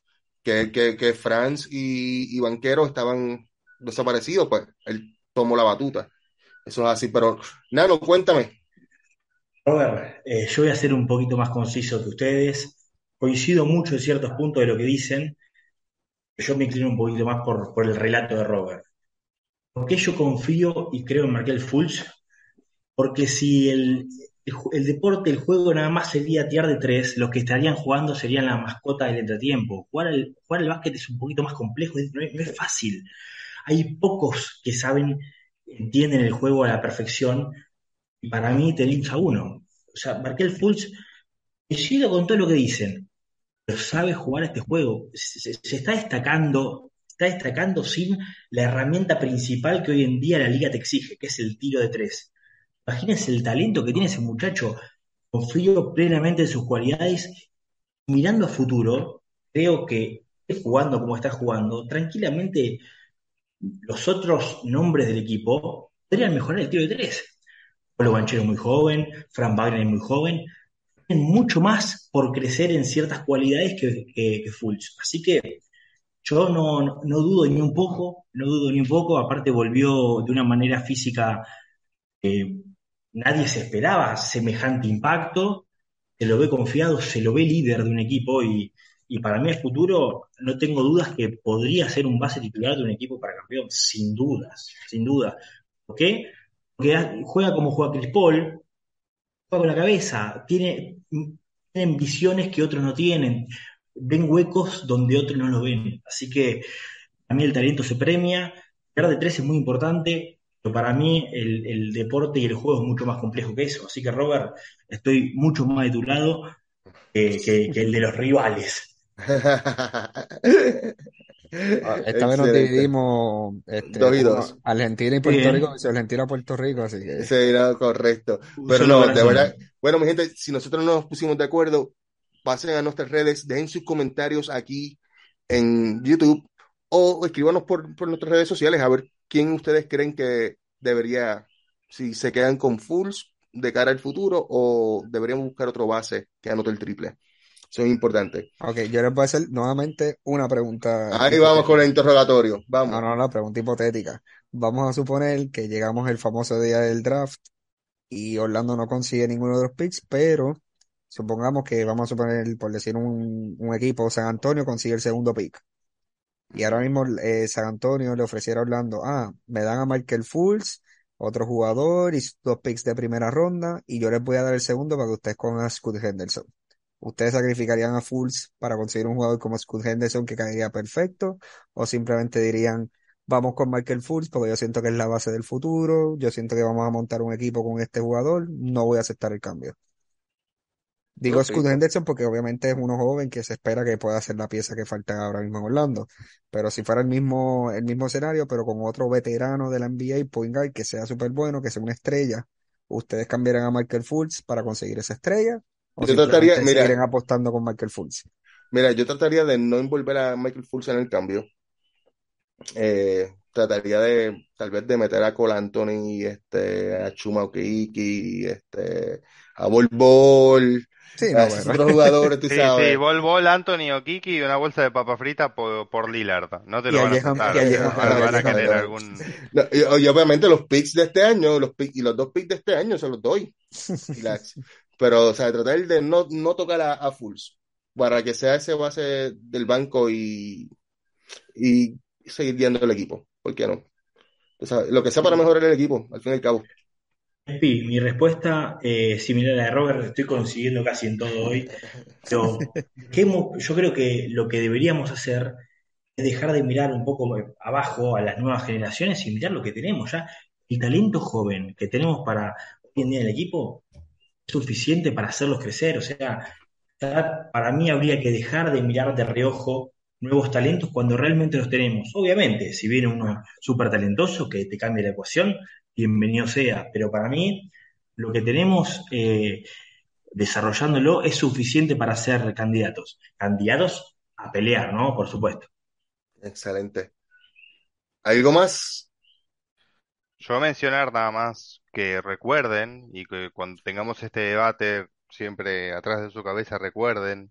que, que, que Franz y, y Banquero estaban desaparecidos, pues él tomó la batuta. Eso es así, pero Nano, cuéntame. Robert, eh, yo voy a ser un poquito más conciso que ustedes. Coincido mucho en ciertos puntos de lo que dicen, pero yo me inclino un poquito más por, por el relato de Robert. ¿Por qué yo confío y creo en Markel Fultz? Porque si el, el, ju- el deporte, el juego nada más sería tirar de tres, los que estarían jugando serían la mascota del entretiempo. Jugar al, jugar al básquet es un poquito más complejo, no es, no es fácil. Hay pocos que saben, entienden el juego a la perfección, y para mí tenemos a uno. O sea, Markel Fultz, coincido con todo lo que dicen, pero sabe jugar a este juego. Se, se- se está destacando, está destacando sin la herramienta principal que hoy en día la liga te exige, que es el tiro de tres. Imagínense el talento que tiene ese muchacho. Confío plenamente en sus cualidades. Mirando a futuro, creo que jugando como está jugando, tranquilamente los otros nombres del equipo podrían mejorar el tiro de tres. Pablo Banchero es muy joven, Fran Wagner es muy joven, tienen mucho más por crecer en ciertas cualidades que, que, que Fultz. Así que yo no, no, no dudo ni un poco, no dudo ni un poco, aparte volvió de una manera física, eh, nadie se esperaba semejante impacto, se lo ve confiado, se lo ve líder de un equipo y, y para mí el futuro no tengo dudas que podría ser un base titular de un equipo para campeón, sin dudas, sin dudas. ¿Por qué? Porque juega como juega Chris Paul, juega con la cabeza, tiene, tienen visiones que otros no tienen, ven huecos donde otros no lo ven. Así que a mí el talento se premia, tirar de tres es muy importante, pero para mí el, el deporte y el juego es mucho más complejo que eso. Así que Robert, estoy mucho más de tu lado que, que- que el de los rivales. Ah, esta vez nos Excelente. dividimos, este, Dos y uno, dos. Argentina y Muy Puerto Rico, bien, versus Argentina y Puerto Rico, así que Sí, no, correcto. un Pero solo no, de corazón. verdad. Bueno, mi gente, si nosotros no nos pusimos de acuerdo, pasen a nuestras redes, dejen sus comentarios aquí en YouTube o escríbanos por, por nuestras redes sociales a ver quién ustedes creen que debería, si se quedan con Fulls de cara al futuro o deberíamos buscar otro base que anote el triple. Eso es importante. ok, yo les voy a hacer nuevamente una pregunta Ahí vamos con el hipotética. interrogatorio. No, Vamos. no, la pregunta hipotética. Vamos a suponer que llegamos el famoso día del draft y Orlando no consigue ninguno de los picks, pero supongamos que vamos a suponer, por decir un, un equipo, San Antonio consigue el segundo pick. Y ahora mismo eh, San Antonio le ofreciera a Orlando, ah, me dan a Michael Fultz, otro jugador y dos picks de primera ronda, y yo les voy a dar el segundo para que ustedes cojan a Scoot Henderson. ¿Ustedes sacrificarían a Fultz para conseguir un jugador como Scoot Henderson que caería perfecto? ¿O simplemente dirían, vamos con Michael Fultz porque yo siento que es la base del futuro, yo siento que vamos a montar un equipo con este jugador, no voy a aceptar el cambio? Digo Ok, Scoot pues. Henderson porque obviamente es uno joven que se espera que pueda ser la pieza que falta ahora mismo en Orlando. Pero si fuera el mismo, el mismo escenario, pero con otro veterano de la N B A, point guard, que sea súper bueno, que sea una estrella, ¿ustedes cambiarían a Michael Fultz para conseguir esa estrella? ¿O Yo trataría, simplemente mira, seguirán apostando con Michael Fultz? mira, yo trataría de no envolver a Michael Fultz en el cambio. Eh, trataría de tal vez de meter a Cole Anthony, este, a Chuma Okeke, este, a Bol Bol, Sí, a no, esos bueno. otros jugadores, tú Sí, sí, sabes. Bol Bol, Anthony o Kiki y una bolsa de papa frita por, por Lillard. No te Y lo van a a Jehan, soltar, y a o sea, Jehan, y van, a van a Jehan querer Green. algún... No, y, y obviamente los picks de este año, los pick- y los dos picks de este año se los doy. Relax. Pero, o sea, tratar de no, no tocar a, a Fultz para que sea ese base del banco y, y seguir guiando el equipo. ¿Por qué no? O sea, lo que sea para mejorar el equipo, al fin y al cabo. Pi, mi respuesta eh, similar a la de Robert, estoy consiguiendo casi en todo hoy, pero dejemos- yo creo que lo que deberíamos hacer es dejar de mirar un poco abajo a las nuevas generaciones y mirar lo que tenemos ya. El talento joven que tenemos para hoy en día en el equipo es suficiente para hacerlos crecer. O sea, ya para mí habría que dejar de mirar de reojo nuevos talentos cuando realmente los tenemos. Obviamente, si viene uno súper talentoso que te cambie la ecuación, bienvenido sea. Pero para mí, lo que tenemos eh, desarrollándolo es suficiente para ser candidatos. Candidatos a pelear, ¿no? Por supuesto. Excelente. ¿Algo más? Yo mencionar nada más que recuerden y que cuando tengamos este debate siempre atrás de su cabeza recuerden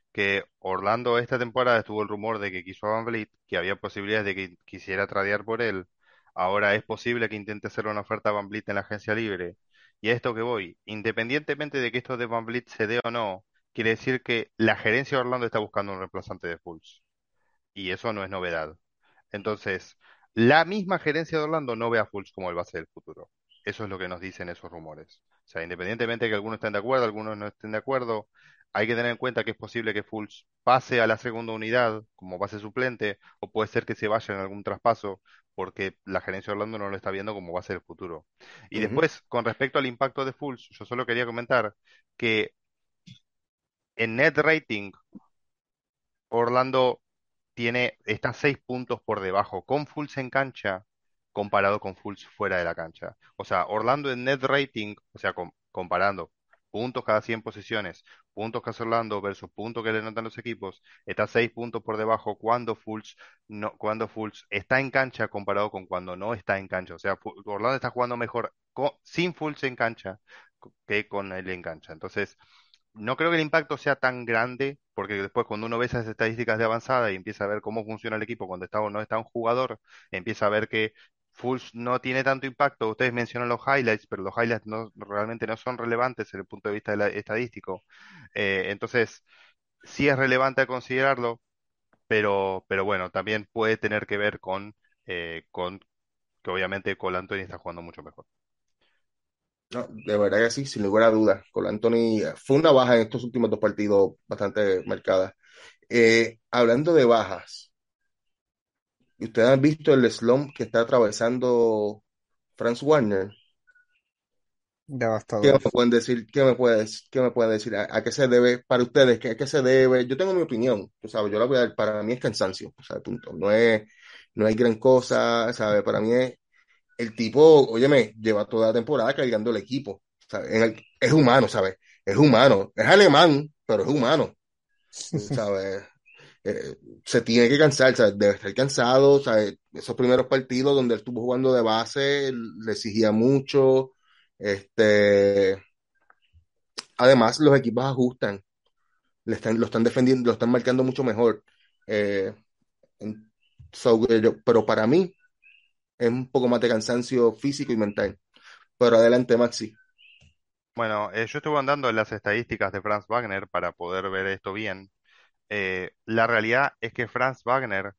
que Orlando esta temporada estuvo el rumor de que quiso a Van Vliet, que había posibilidades de que quisiera tradear por él. Ahora es posible que intente hacer una oferta a Van Vliet en la agencia libre. Y a esto que voy, independientemente de que esto de Van Vliet se dé o no, quiere decir que la gerencia de Orlando está buscando un reemplazante de Fultz. Y eso no es novedad. Entonces, la misma gerencia de Orlando no ve a Fultz como el base del futuro. Eso es lo que nos dicen esos rumores. O sea, independientemente de que algunos estén de acuerdo, algunos no estén de acuerdo, hay que tener en cuenta que es posible que Fultz pase a la segunda unidad como base suplente, o puede ser que se vaya en algún traspaso, porque la gerencia de Orlando no lo está viendo como base del futuro. Y Ujú, después, con respecto al impacto de Fultz, yo solo quería comentar que en net rating, Orlando tiene, está seis puntos por debajo con Fultz en cancha comparado con Fultz fuera de la cancha. O sea, Orlando en net rating, o sea, com- comparando puntos cada cien posiciones, puntos que hace Orlando versus puntos que le notan los equipos, está seis puntos por debajo cuando Fultz no, cuando Fultz está en cancha comparado con cuando no está en cancha. O sea, Fu- Orlando está jugando mejor co- sin Fultz en cancha que con él en cancha. Entonces, no creo que el impacto sea tan grande, porque después cuando uno ve esas estadísticas de avanzada y empieza a ver cómo funciona el equipo cuando está o no está un jugador, empieza a ver que Fultz no tiene tanto impacto. Ustedes mencionan los highlights, pero los highlights no, realmente no son relevantes desde el punto de vista de la- estadístico. Eh, entonces, sí es relevante considerarlo, pero, pero bueno, también puede tener que ver con, eh, con que obviamente Cole Anthony está jugando mucho mejor. no, de verdad que sí, sin lugar a dudas. Con Anthony eh, fue una baja en estos últimos dos partidos bastante marcada. Eh, hablando de bajas, ¿ustedes han visto el slump que está atravesando Franz Warner? ¿Qué me Devastador. pueden decir? ¿Qué me puedes, qué me pueden decir? ¿A, a qué se debe para ustedes? ¿Qué, a qué se debe? Yo tengo mi opinión, tú sabes, yo la voy a dar, para mí es cansancio, o sea, punto. No es, no hay gran cosa, ¿sabes? Para mí es, el tipo, óyeme, lleva toda la temporada cargando el equipo, ¿sabes? En el- es humano, ¿sabes? Es humano, es alemán, pero es humano, ¿sabes? Eh, se tiene que cansar, ¿sabes? Debe estar cansado, ¿sabes? Esos primeros partidos donde él estuvo jugando de base, le exigía mucho, este... Además, los equipos ajustan, le están, lo están defendiendo, lo están marcando mucho mejor. Eh, en- so, eh, yo- pero para mí es un poco más de cansancio físico y mental. Pero adelante, Maxi. Bueno, eh, yo estuve andando en las estadísticas de Franz Wagner para poder ver esto bien. Eh, la realidad es que Franz Wagner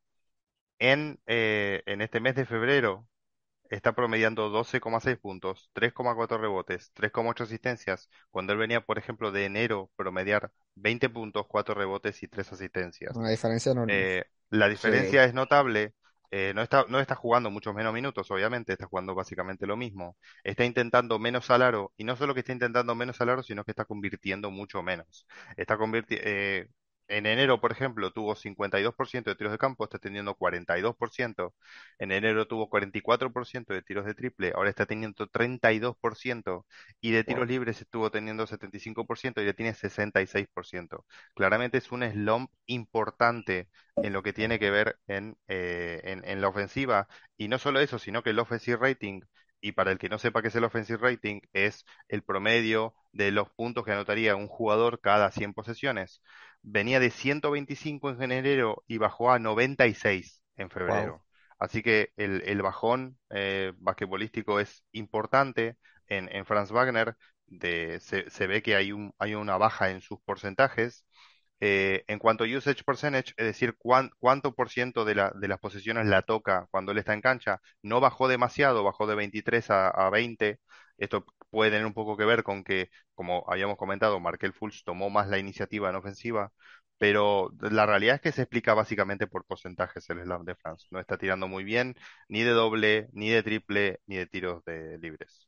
en, eh, en este mes de febrero está promediando doce coma seis puntos, tres coma cuatro rebotes, tres coma ocho asistencias, cuando él venía, por ejemplo, de enero promediar veinte puntos, cuatro rebotes y tres asistencias. Una diferencia enorme. Eh, la Sí. diferencia es notable. Eh, no está, no está jugando muchos menos minutos, obviamente, está jugando básicamente lo mismo. Está intentando menos al aro, y no solo que está intentando menos al aro, sino que está convirtiendo mucho menos. Está convirti- eh, en enero, por ejemplo, tuvo cincuenta y dos por ciento de tiros de campo, está teniendo cuarenta y dos por ciento. En enero tuvo cuarenta y cuatro por ciento de tiros de triple, ahora está teniendo treinta y dos por ciento. Y de tiros Wow. libres estuvo teniendo setenta y cinco por ciento y ya tiene sesenta y seis por ciento. Claramente es un slump importante en lo que tiene que ver en, eh, en, en la ofensiva. Y no solo eso, sino que el offensive rating, y para el que no sepa qué es el offensive rating, es el promedio de los puntos que anotaría un jugador cada cien posesiones. Venía de ciento veinticinco en enero y bajó a noventa y seis en Wow. febrero. Así que el, el bajón eh, basquetbolístico es importante en, en Franz Wagner. De, se, se ve que hay un, hay una baja en sus porcentajes. Eh, en cuanto a usage percentage, es decir, cuán- cuánto por ciento de, la- de las posesiones la toca cuando él está en cancha, no bajó demasiado, bajó de veintitrés a, a veinte. Esto puede tener un poco que ver con que, como habíamos comentado, Markel Fultz tomó más la iniciativa en ofensiva, pero la realidad es que se explica básicamente por porcentajes el slam de France. No está tirando muy bien, ni de doble, ni de triple, ni de tiros de libres.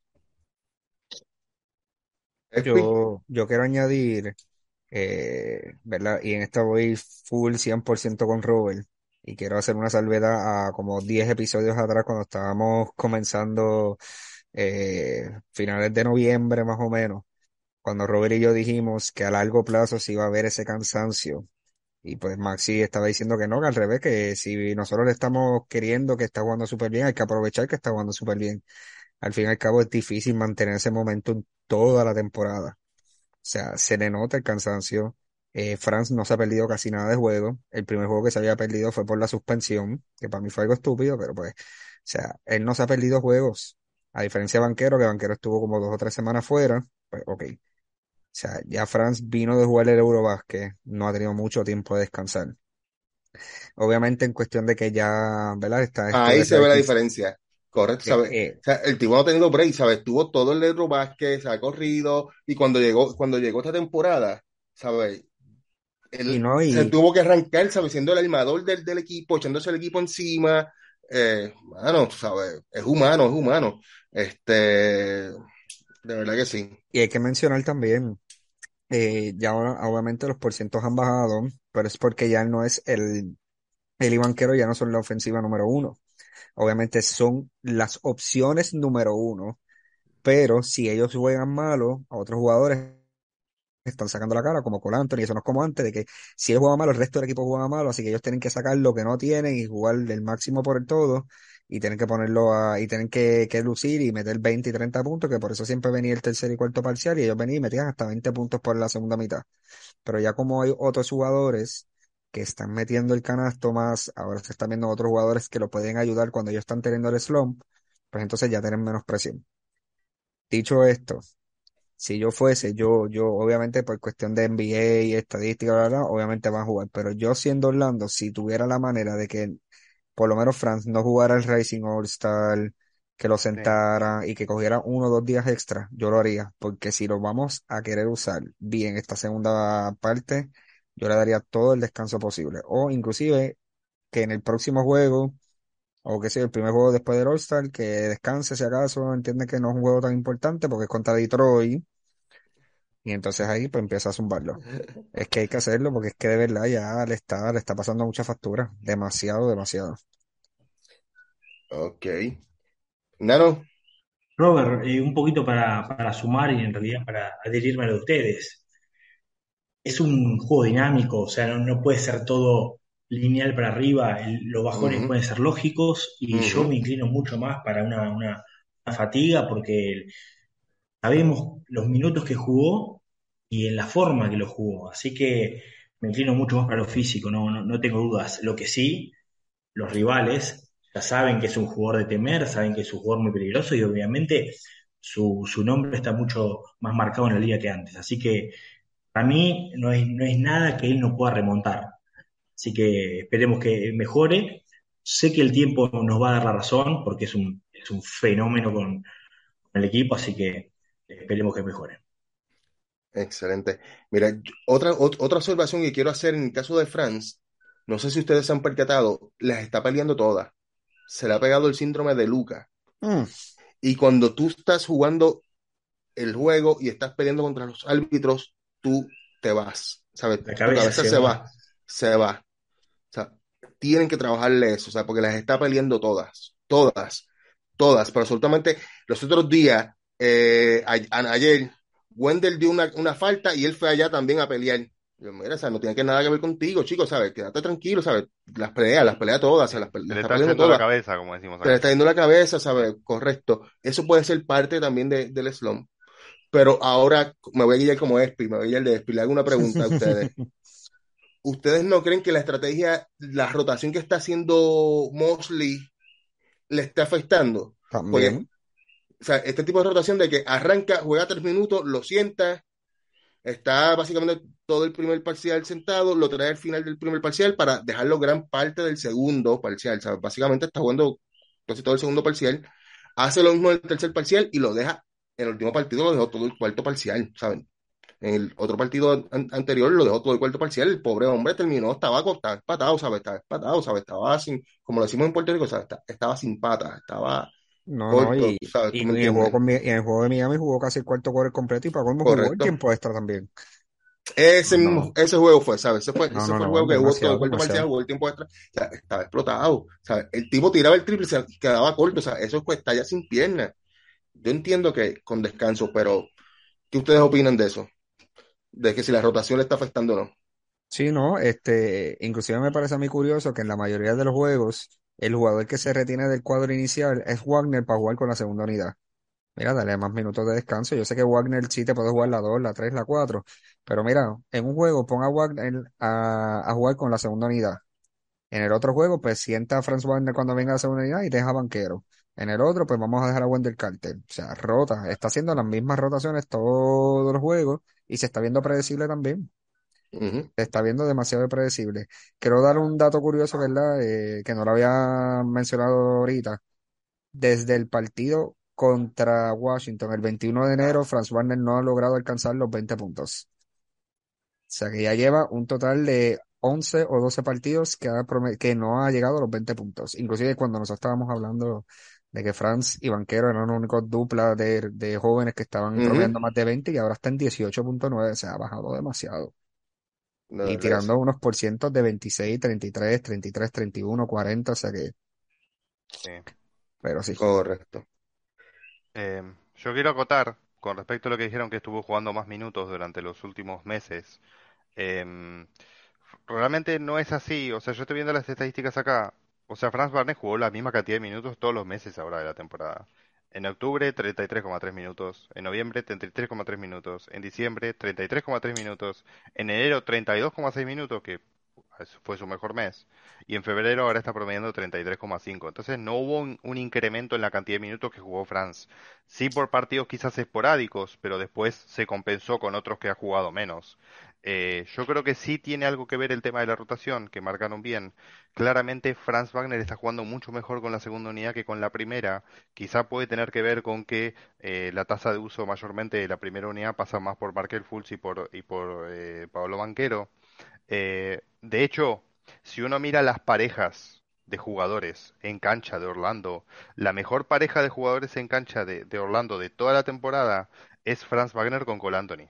Espi, Yo, yo quiero añadir, eh, ¿verdad? Y en esta voy full cien por ciento con Robert. Y quiero hacer una salvedad a como diez episodios atrás cuando estábamos comenzando eh, finales de noviembre más o menos, cuando Robert y yo dijimos que a largo plazo se iba a ver ese cansancio. Y pues Maxi estaba diciendo que no, que al revés, que si nosotros le estamos queriendo que está jugando súper bien, hay que aprovechar que está jugando súper bien. Al fin y al cabo es difícil mantener ese momento en toda la temporada. O sea, se le nota el cansancio. Eh, Franz no se ha perdido casi nada de juego. El primer juego que se había perdido fue por la suspensión, que para mí fue algo estúpido, pero pues, o sea, él no se ha perdido juegos. A diferencia de Banquero, que Banquero estuvo como dos o tres semanas fuera, pues ok. O sea, ya Franz vino de jugar el Eurobásquet, no ha tenido mucho tiempo de descansar. Obviamente en cuestión de que ya, ¿verdad? Está esto Ahí de se ve la Reddit, diferencia. Correcto, eh, ¿sabes? eh, O sea, el tipo no ha tenido break, ¿sabes? Tuvo todo el Eurobásquet, se ha corrido, y cuando llegó, cuando llegó esta temporada, ¿sabes? y Él no, se y, tuvo que arrancar, ¿sabes? Siendo el armador del, del equipo, echándose el equipo encima. Eh, mano, ¿sabes? Es humano, es humano. Este, de verdad que sí. y hay que mencionar también, eh, ya ahora, obviamente los porcientos han bajado, pero es porque ya no es el, el Banquero, ya no son la ofensiva número uno. Obviamente son las opciones número uno, pero si ellos juegan malo, a otros jugadores están sacando la cara, como Cole Anthony, eso no es como antes, de que si él juega malo, el resto del equipo juega malo, así que ellos tienen que sacar lo que no tienen y jugar el máximo por el todo, y tienen que ponerlo a, y tienen que, que lucir y meter veinte y treinta puntos, que por eso siempre venía el tercer y cuarto parcial, y ellos venían y metían hasta veinte puntos por la segunda mitad. Pero ya como hay otros jugadores que están metiendo el canasto más, ahora se están viendo otros jugadores que lo pueden ayudar cuando ellos están teniendo el slump, pues entonces ya tienen menos presión. Dicho esto, si yo fuese, yo, yo, obviamente por cuestión de N B A y estadística, bla, bla, bla, obviamente van a jugar, pero yo siendo Orlando, si tuviera la manera de que por lo menos Franz no jugara el Racing All-Star, que lo Sí. sentara y que cogiera uno o dos días extra, yo lo haría, porque si lo vamos a querer usar bien esta segunda parte, yo le daría todo el descanso posible, o inclusive que en el próximo juego, o que sea el primer juego después del All-Star, que descanse si acaso, entiende que no es un juego tan importante porque es contra Detroit y entonces ahí pues empieza a zumbarlo. Es que hay que hacerlo porque es que de verdad ya le está, le está pasando mucha factura. Demasiado, demasiado. Ok. Nano. Robert, eh, un poquito para, para sumar y en realidad para adherirme a lo de ustedes. Es un juego dinámico, o sea, no, no puede ser todo lineal para arriba, el- los bajones Ujú, pueden ser lógicos y yo ujú. me inclino mucho más para una, una- una fatiga porque sabemos los minutos que jugó y en la forma que lo jugó, así que me inclino mucho más para lo físico, no, no, no tengo dudas. Lo que sí, los rivales ya saben que es un jugador de temer, saben que es un jugador muy peligroso y obviamente su, su nombre está mucho más marcado en la liga que antes. Así que para mí no es, no es nada que él no pueda remontar. Así que esperemos que mejore. Sé que el tiempo nos va a dar la razón porque es un, es un fenómeno con, con el equipo, así que esperemos que mejore. Excelente. Mira, yo- otra, ot- otra observación que quiero hacer en el caso de Franz, no sé si ustedes se han percatado, las está peleando todas. Se le ha pegado el síndrome de Luca. Mm, Y cuando tú estás jugando el juego y estás peleando contra los árbitros, tú te vas, ¿sabes? La Tu cabeza cabeza se se va. va, se va. O sea, tienen que trabajarle eso, o sea, porque las está peleando todas, todas, todas. Pero absolutamente los otros días, eh, a- a- ayer, Wendell dio una, una falta y él fue allá también a pelear. Yo, mira, o sea, no tiene que nada que ver contigo, chicos, ¿sabes? Quédate tranquilo, ¿sabes? Las pelea, las pelea todas, o sea, Sí. las, pe- Se las le está está peleando yendo la todas. cabeza, como decimos Se le acá. está yendo la cabeza, Sí. ¿sabes? Correcto. Eso puede ser parte también de- del slump. Pero ahora me voy a guiar como Espi, me voy a guiar de Espi. Le hago una pregunta a ustedes. ¿Ustedes no creen que la estrategia, la rotación que está haciendo Mosley le está afectando? Porque, También. o sea, este tipo de rotación de que arranca, juega tres minutos, lo sienta, está básicamente todo el primer parcial sentado, lo trae al final del primer parcial para dejarlo gran parte del segundo parcial. O sea, básicamente está jugando casi todo el segundo parcial, hace lo mismo en el tercer parcial y lo deja en el último partido, lo dejó todo el cuarto parcial, ¿saben? En el otro partido an- anterior lo dejó todo el cuarto parcial. El pobre hombre terminó, estaba, co- estaba empatado, ¿sabes? Estaba empatado, ¿sabes? Estaba sin, como lo decimos en Puerto Rico, ¿sabes? Esta- Estaba sin patas, estaba No, no, corto, y, ¿sabes? y, ¿Tú me y en el juego entiendes? con, Mi- y en el juego de Miami jugó casi el cuarto quarter completo y para colmo jugó el Correcto. tiempo extra también. Ese No, mismo, no, ese juego fue, ¿sabes? Ese fue, no, ese no, fue el no, juego que jugó todo el demasiado, cuarto parcial, demasiado. jugó el tiempo extra. O sea, estaba explotado, ¿sabes? El tipo tiraba el triple y se quedaba corto, o sea, eso pues está ya sin pierna. Yo entiendo que con descanso, pero ¿qué ustedes opinan de eso? De que si la rotación le está afectando o no. Sí, no, este, inclusive me parece a mí curioso que en la mayoría de los juegos, el jugador que se retiene del cuadro inicial es Wagner para jugar con la segunda unidad. Mira, dale más minutos de descanso. Yo sé que Wagner sí te puede jugar la dos, la tres, la cuatro, Pero mira, en un juego pon a Wagner a, a jugar con la segunda unidad. En el otro juego, pues sienta a Franz Wagner cuando venga a la segunda unidad y deja a Banquero. En el otro, pues vamos a dejar a Wendell Carter. O sea, rota. Está haciendo las mismas rotaciones todos los juegos y se está viendo predecible también. Ujú. Se está viendo demasiado predecible. Quiero dar un dato curioso, ¿verdad? Eh, que no lo había mencionado ahorita. Desde el partido contra Washington, el veintiuno de enero, Franz Wagner no ha logrado alcanzar los veinte puntos. O sea que ya lleva un total de once o doce partidos que, ha prome- que no ha llegado a los veinte puntos. Inclusive cuando nosotros estábamos hablando de que Franz y Banquero eran los únicos duplas de, de jóvenes que estaban promediando Ujú. más de veinte y ahora está en dieciocho punto nueve, se ha bajado demasiado. La Y verdad que tirando sí. unos por cientos de veintiséis, treinta y tres, treinta y tres, treinta y uno, cuarenta, o sea que, Sí. pero sí. Correcto. Em, yo quiero acotar con respecto a lo que dijeron que estuvo jugando más minutos durante los últimos meses. Em, Realmente no es así. O sea, yo estoy viendo las estadísticas acá. O sea, Franz Wagner jugó la misma cantidad de minutos todos los meses ahora de la temporada. En octubre, treinta y tres coma tres minutos. En noviembre, treinta y tres coma tres minutos. En diciembre, treinta y tres coma tres minutos. En enero, treinta y dos coma seis minutos, que fue su mejor mes. Y en febrero ahora está promediando treinta y tres coma cinco. Entonces no hubo un, un incremento en la cantidad de minutos que jugó Franz. Sí por partidos quizás esporádicos, pero después se compensó con otros que ha jugado menos. Eh, yo creo que sí tiene algo que ver el tema de la rotación, que marcaron bien. Claramente Franz Wagner está jugando mucho mejor con la segunda unidad que con la primera. Quizá puede tener que ver con que eh, la tasa de uso mayormente de la primera unidad pasa más por Markel Fultz y por, y por eh, Pablo Banquero. Eh, de hecho, si uno mira las parejas de jugadores en cancha de Orlando, la mejor pareja de jugadores en cancha de, de Orlando de toda la temporada es Franz Wagner con Cole Anthony.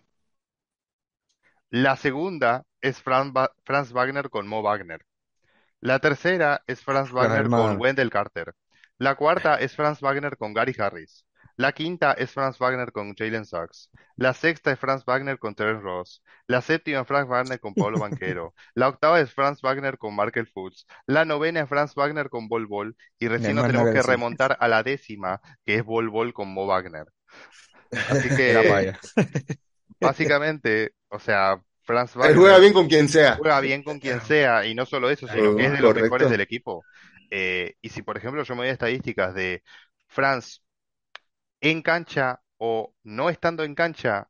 La segunda es Franz, Ba- Franz Wagner con Mo Wagner. La tercera es Franz Los Wagner con hermanos, Wendell Carter. La cuarta es Franz Wagner con Gary Harris. La quinta es Franz Wagner con Jalen Suggs. La sexta es Franz Wagner con Terence Ross. La séptima es Franz Wagner con Pablo Banquero. La octava es Franz Wagner con Markel Fultz. La novena es Franz Wagner con Bol Bol. Y no hay recién nos más nada tenemos que que decir. remontar a la décima, que es Bol Bol con Mo Wagner. Así Era para que, allá. básicamente, o sea, Franz Él juega Wagner bien con quien sea. juega bien con quien sea, y no solo eso, sino que es Oh, de los mejores correcto. del equipo. Eh, y si, por ejemplo, yo me voy a estadísticas de Franz en cancha o no estando en cancha,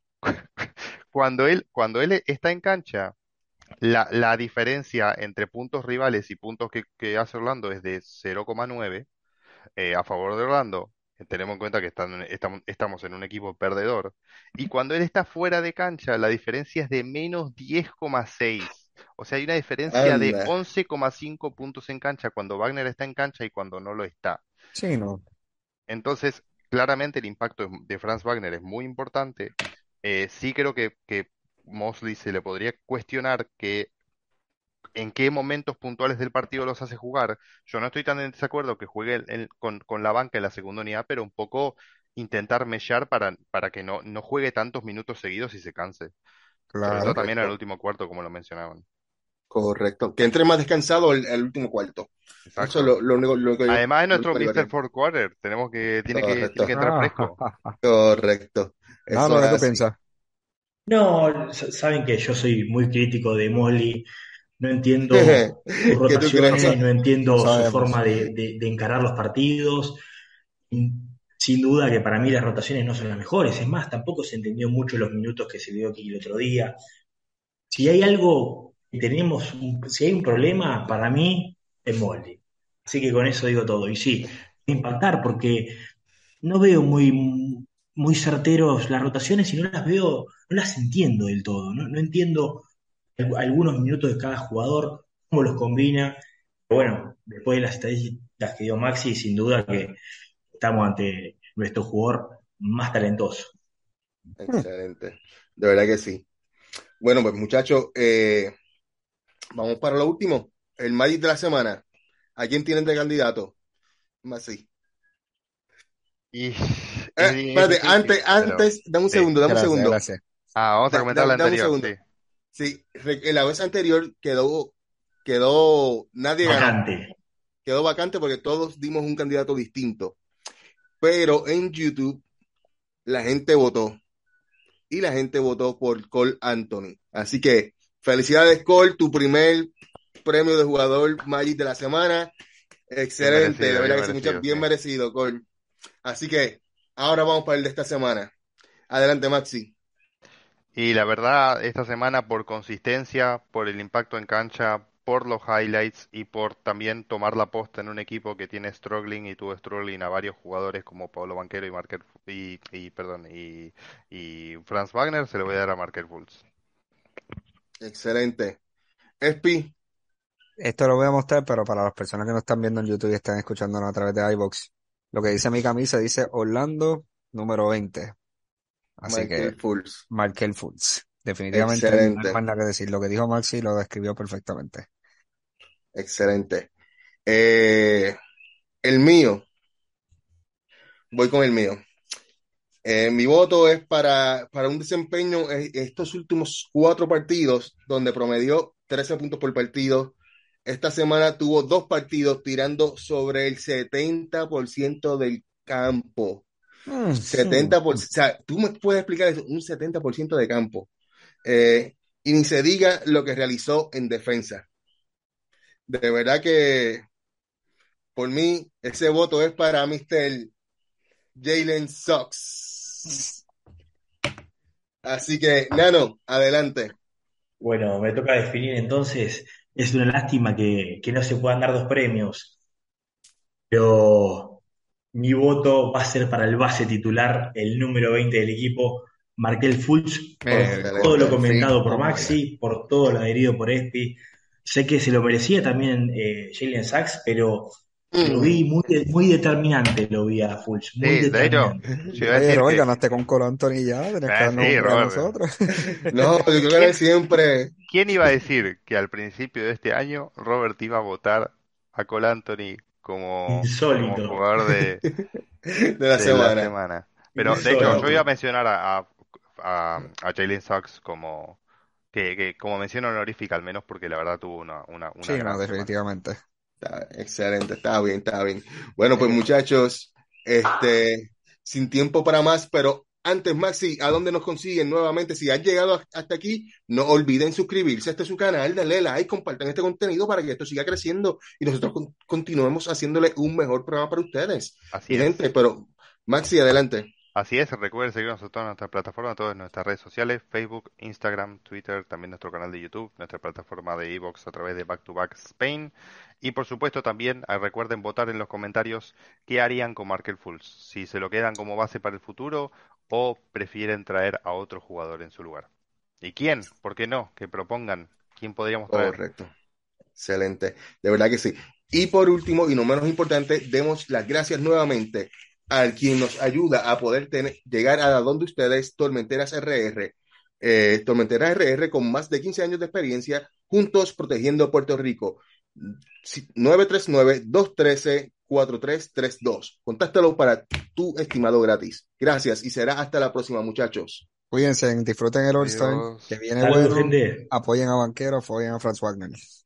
cuando él, cuando él está en cancha, la, la diferencia entre puntos rivales y puntos que, que hace Orlando es de cero coma nueve eh, a favor de Orlando. Tenemos en cuenta que están- estamos, estamos en un equipo perdedor. Y cuando él está fuera de cancha, la diferencia es de menos diez coma seis. O sea, hay una diferencia de Anda. once coma cinco puntos en cancha cuando Wagner está en cancha y cuando no lo está. Sí, no, Entonces, claramente el impacto de de Franz Wagner es muy importante. Eh, sí creo que, que Mosley se le podría cuestionar que en qué momentos puntuales del partido los hace jugar. Yo no estoy tan en desacuerdo que juegue el- el- con, con la banca en la segunda unidad, pero un poco intentar mellar para, para que no, no juegue tantos minutos seguidos y se canse. Sobre todo claro. también en el Correcto. último cuarto, como lo mencionaban. Correcto. Que entre más descansado el, el último cuarto. Eso es Exacto. lo, lo único, lo único que yo, Además es lo único nuestro que digo míster que- Fourth Quarter. Tenemos que, tiene que, tiene Correcto. que entrar Ah, ja, fresco. ja, ja. Correcto. Nada, Eso es ¿qué tú así. piensas? No, s- saben que yo soy muy crítico de Molly, no entiendo sus ¿Qué tú Lo, crees? rotaciones, sa- no lo entiendo su sabemos. forma de, de- de encarar los partidos. Y sin duda que para mí las rotaciones no son las mejores. Es más, tampoco se entendió mucho los minutos que se dio aquí el otro día. Si hay algo que tenemos, un- si hay un problema, para mí es Molly. Así que con eso digo todo. Y sí, impactar porque no veo muy, muy certeros las rotaciones y no las veo, no las entiendo del todo. No, no entiendo al- algunos minutos de cada jugador, cómo los combina. Pero bueno, después de las estadísticas que dio Maxi, sin duda que estamos ante nuestro jugador más talentoso. Hmm, Excelente. De verdad que sí. Bueno, pues muchachos, eh, vamos para lo último. El Magic de la semana. ¿A quién tienen de candidato? Más sí. Y Eh, es, di- es espérate, difícil, antes, pero antes, dame un sí. segundo, dame un Gracias, segundo. gracias. Ah, vamos a Da- comentar da- la dame un anterior, segundo. sí. Sí, re- en la vez anterior quedó, quedó, nadie ganó. Vacante. Quedó vacante porque todos dimos un candidato distinto. Pero en YouTube la gente votó. y la gente votó por Cole Anthony. Así que felicidades, Cole, tu primer premio de jugador Magic de la semana. Excelente, de verdad que sí, muchas bien merecido, Cole. Así que ahora vamos para el de esta semana. Adelante, Maxi. Y la verdad, esta semana por consistencia, por el impacto en cancha, por los highlights y por también tomar la posta en un equipo que tiene struggling y tuvo struggling a varios jugadores como Pablo Banquero y Markel y, y perdón y, y Franz Wagner, se le voy a dar a Markel Fultz. Excelente. Espi. Esto lo voy a mostrar, pero para las personas que nos están viendo en YouTube y están escuchándonos a través de iVoox, lo que dice mi camisa dice Orlando número veinte. Así Markel que Fultz. Markel Fultz. Definitivamente Excelente. no hay más nada que decir. Lo que dijo Maxi lo describió perfectamente. Excelente. Eh, el mío. Voy con el mío. Eh, mi voto es para, para un desempeño en estos últimos cuatro partidos, donde promedió trece puntos por partido. Esta semana tuvo dos partidos tirando sobre el setenta por ciento del campo. Mm, setenta por ciento, mm. o sea, tú me puedes explicar eso, un setenta por ciento de campo. Eh, y ni se diga lo que realizó en defensa. De verdad que por mí ese voto es para míster Jalen Suggs. Así que, Nano, adelante. Bueno, me toca definir entonces. Es una lástima que, que no se puedan dar dos premios, pero mi voto va a ser para el base titular, el número veinte del equipo, Markel Fultz, por Eh, todo lo Excelente. comentado fin, por vamos allá. Maxi, por todo lo adherido por Espi. Sé que se lo merecía también eh, Jalen Sachs, pero lo vi Mm. muy, de- muy determinante, lo vi a Fultz, muy Sí, de hecho, determinante. yo iba a Oye, decir Robert, que, ganaste con Cole Anthony ya, tenés que ah, darnos sí, un premio a Robert, nosotros. No, yo creo que ¿quién, siempre. quién iba a decir que al principio de este año Robert iba a votar a Cole Anthony como, como Insólito, jugador de, De la de la semana. semana? Pero de hecho, yo iba a insólito. mencionar a, a, a, a Jalen Suggs como que, que como mención honorífica al menos porque la verdad tuvo una, una, una Sí, no, gran semana. definitivamente. Está excelente, está bien, está bien. Bueno, pues Eh, muchachos, este, sin tiempo para más, pero antes, Maxi, ¿a dónde nos consiguen nuevamente? Si han llegado hasta aquí, no olviden suscribirse a este su canal, darle like, compartan este contenido para que esto siga creciendo y nosotros con- continuemos haciéndole un mejor programa para ustedes. Así Mi es. gente, pero Maxi, adelante. Así es, recuerden seguirnos en todas nuestras plataformas, todas nuestras redes sociales, Facebook, Instagram, Twitter, también nuestro canal de YouTube, nuestra plataforma de iVoox a través de Back to Back Spain. Y por supuesto también eh, recuerden votar en los comentarios qué harían con Markel Fultz, si se lo quedan como base para el futuro o prefieren traer a otro jugador en su lugar. ¿Y quién? ¿Por qué no? Que propongan quién podríamos traer. Correcto. Excelente, de verdad que sí. Y por último, y no menos importante, demos las gracias nuevamente a quien nos ayuda a poder tener, llegar a donde ustedes, Tormenteras R R. Eh, Tormenteras R R con más de quince años de experiencia, juntos protegiendo Puerto Rico. nueve tres nueve, dos uno tres, cuatro tres tres dos. Contáctalo para tu estimado gratis. Gracias y será hasta la próxima, muchachos. Cuídense, disfruten el All-Star, que Adiós. viene Saludos, bueno. gente. Apoyen a Banquero, apoyen a Franz Wagner.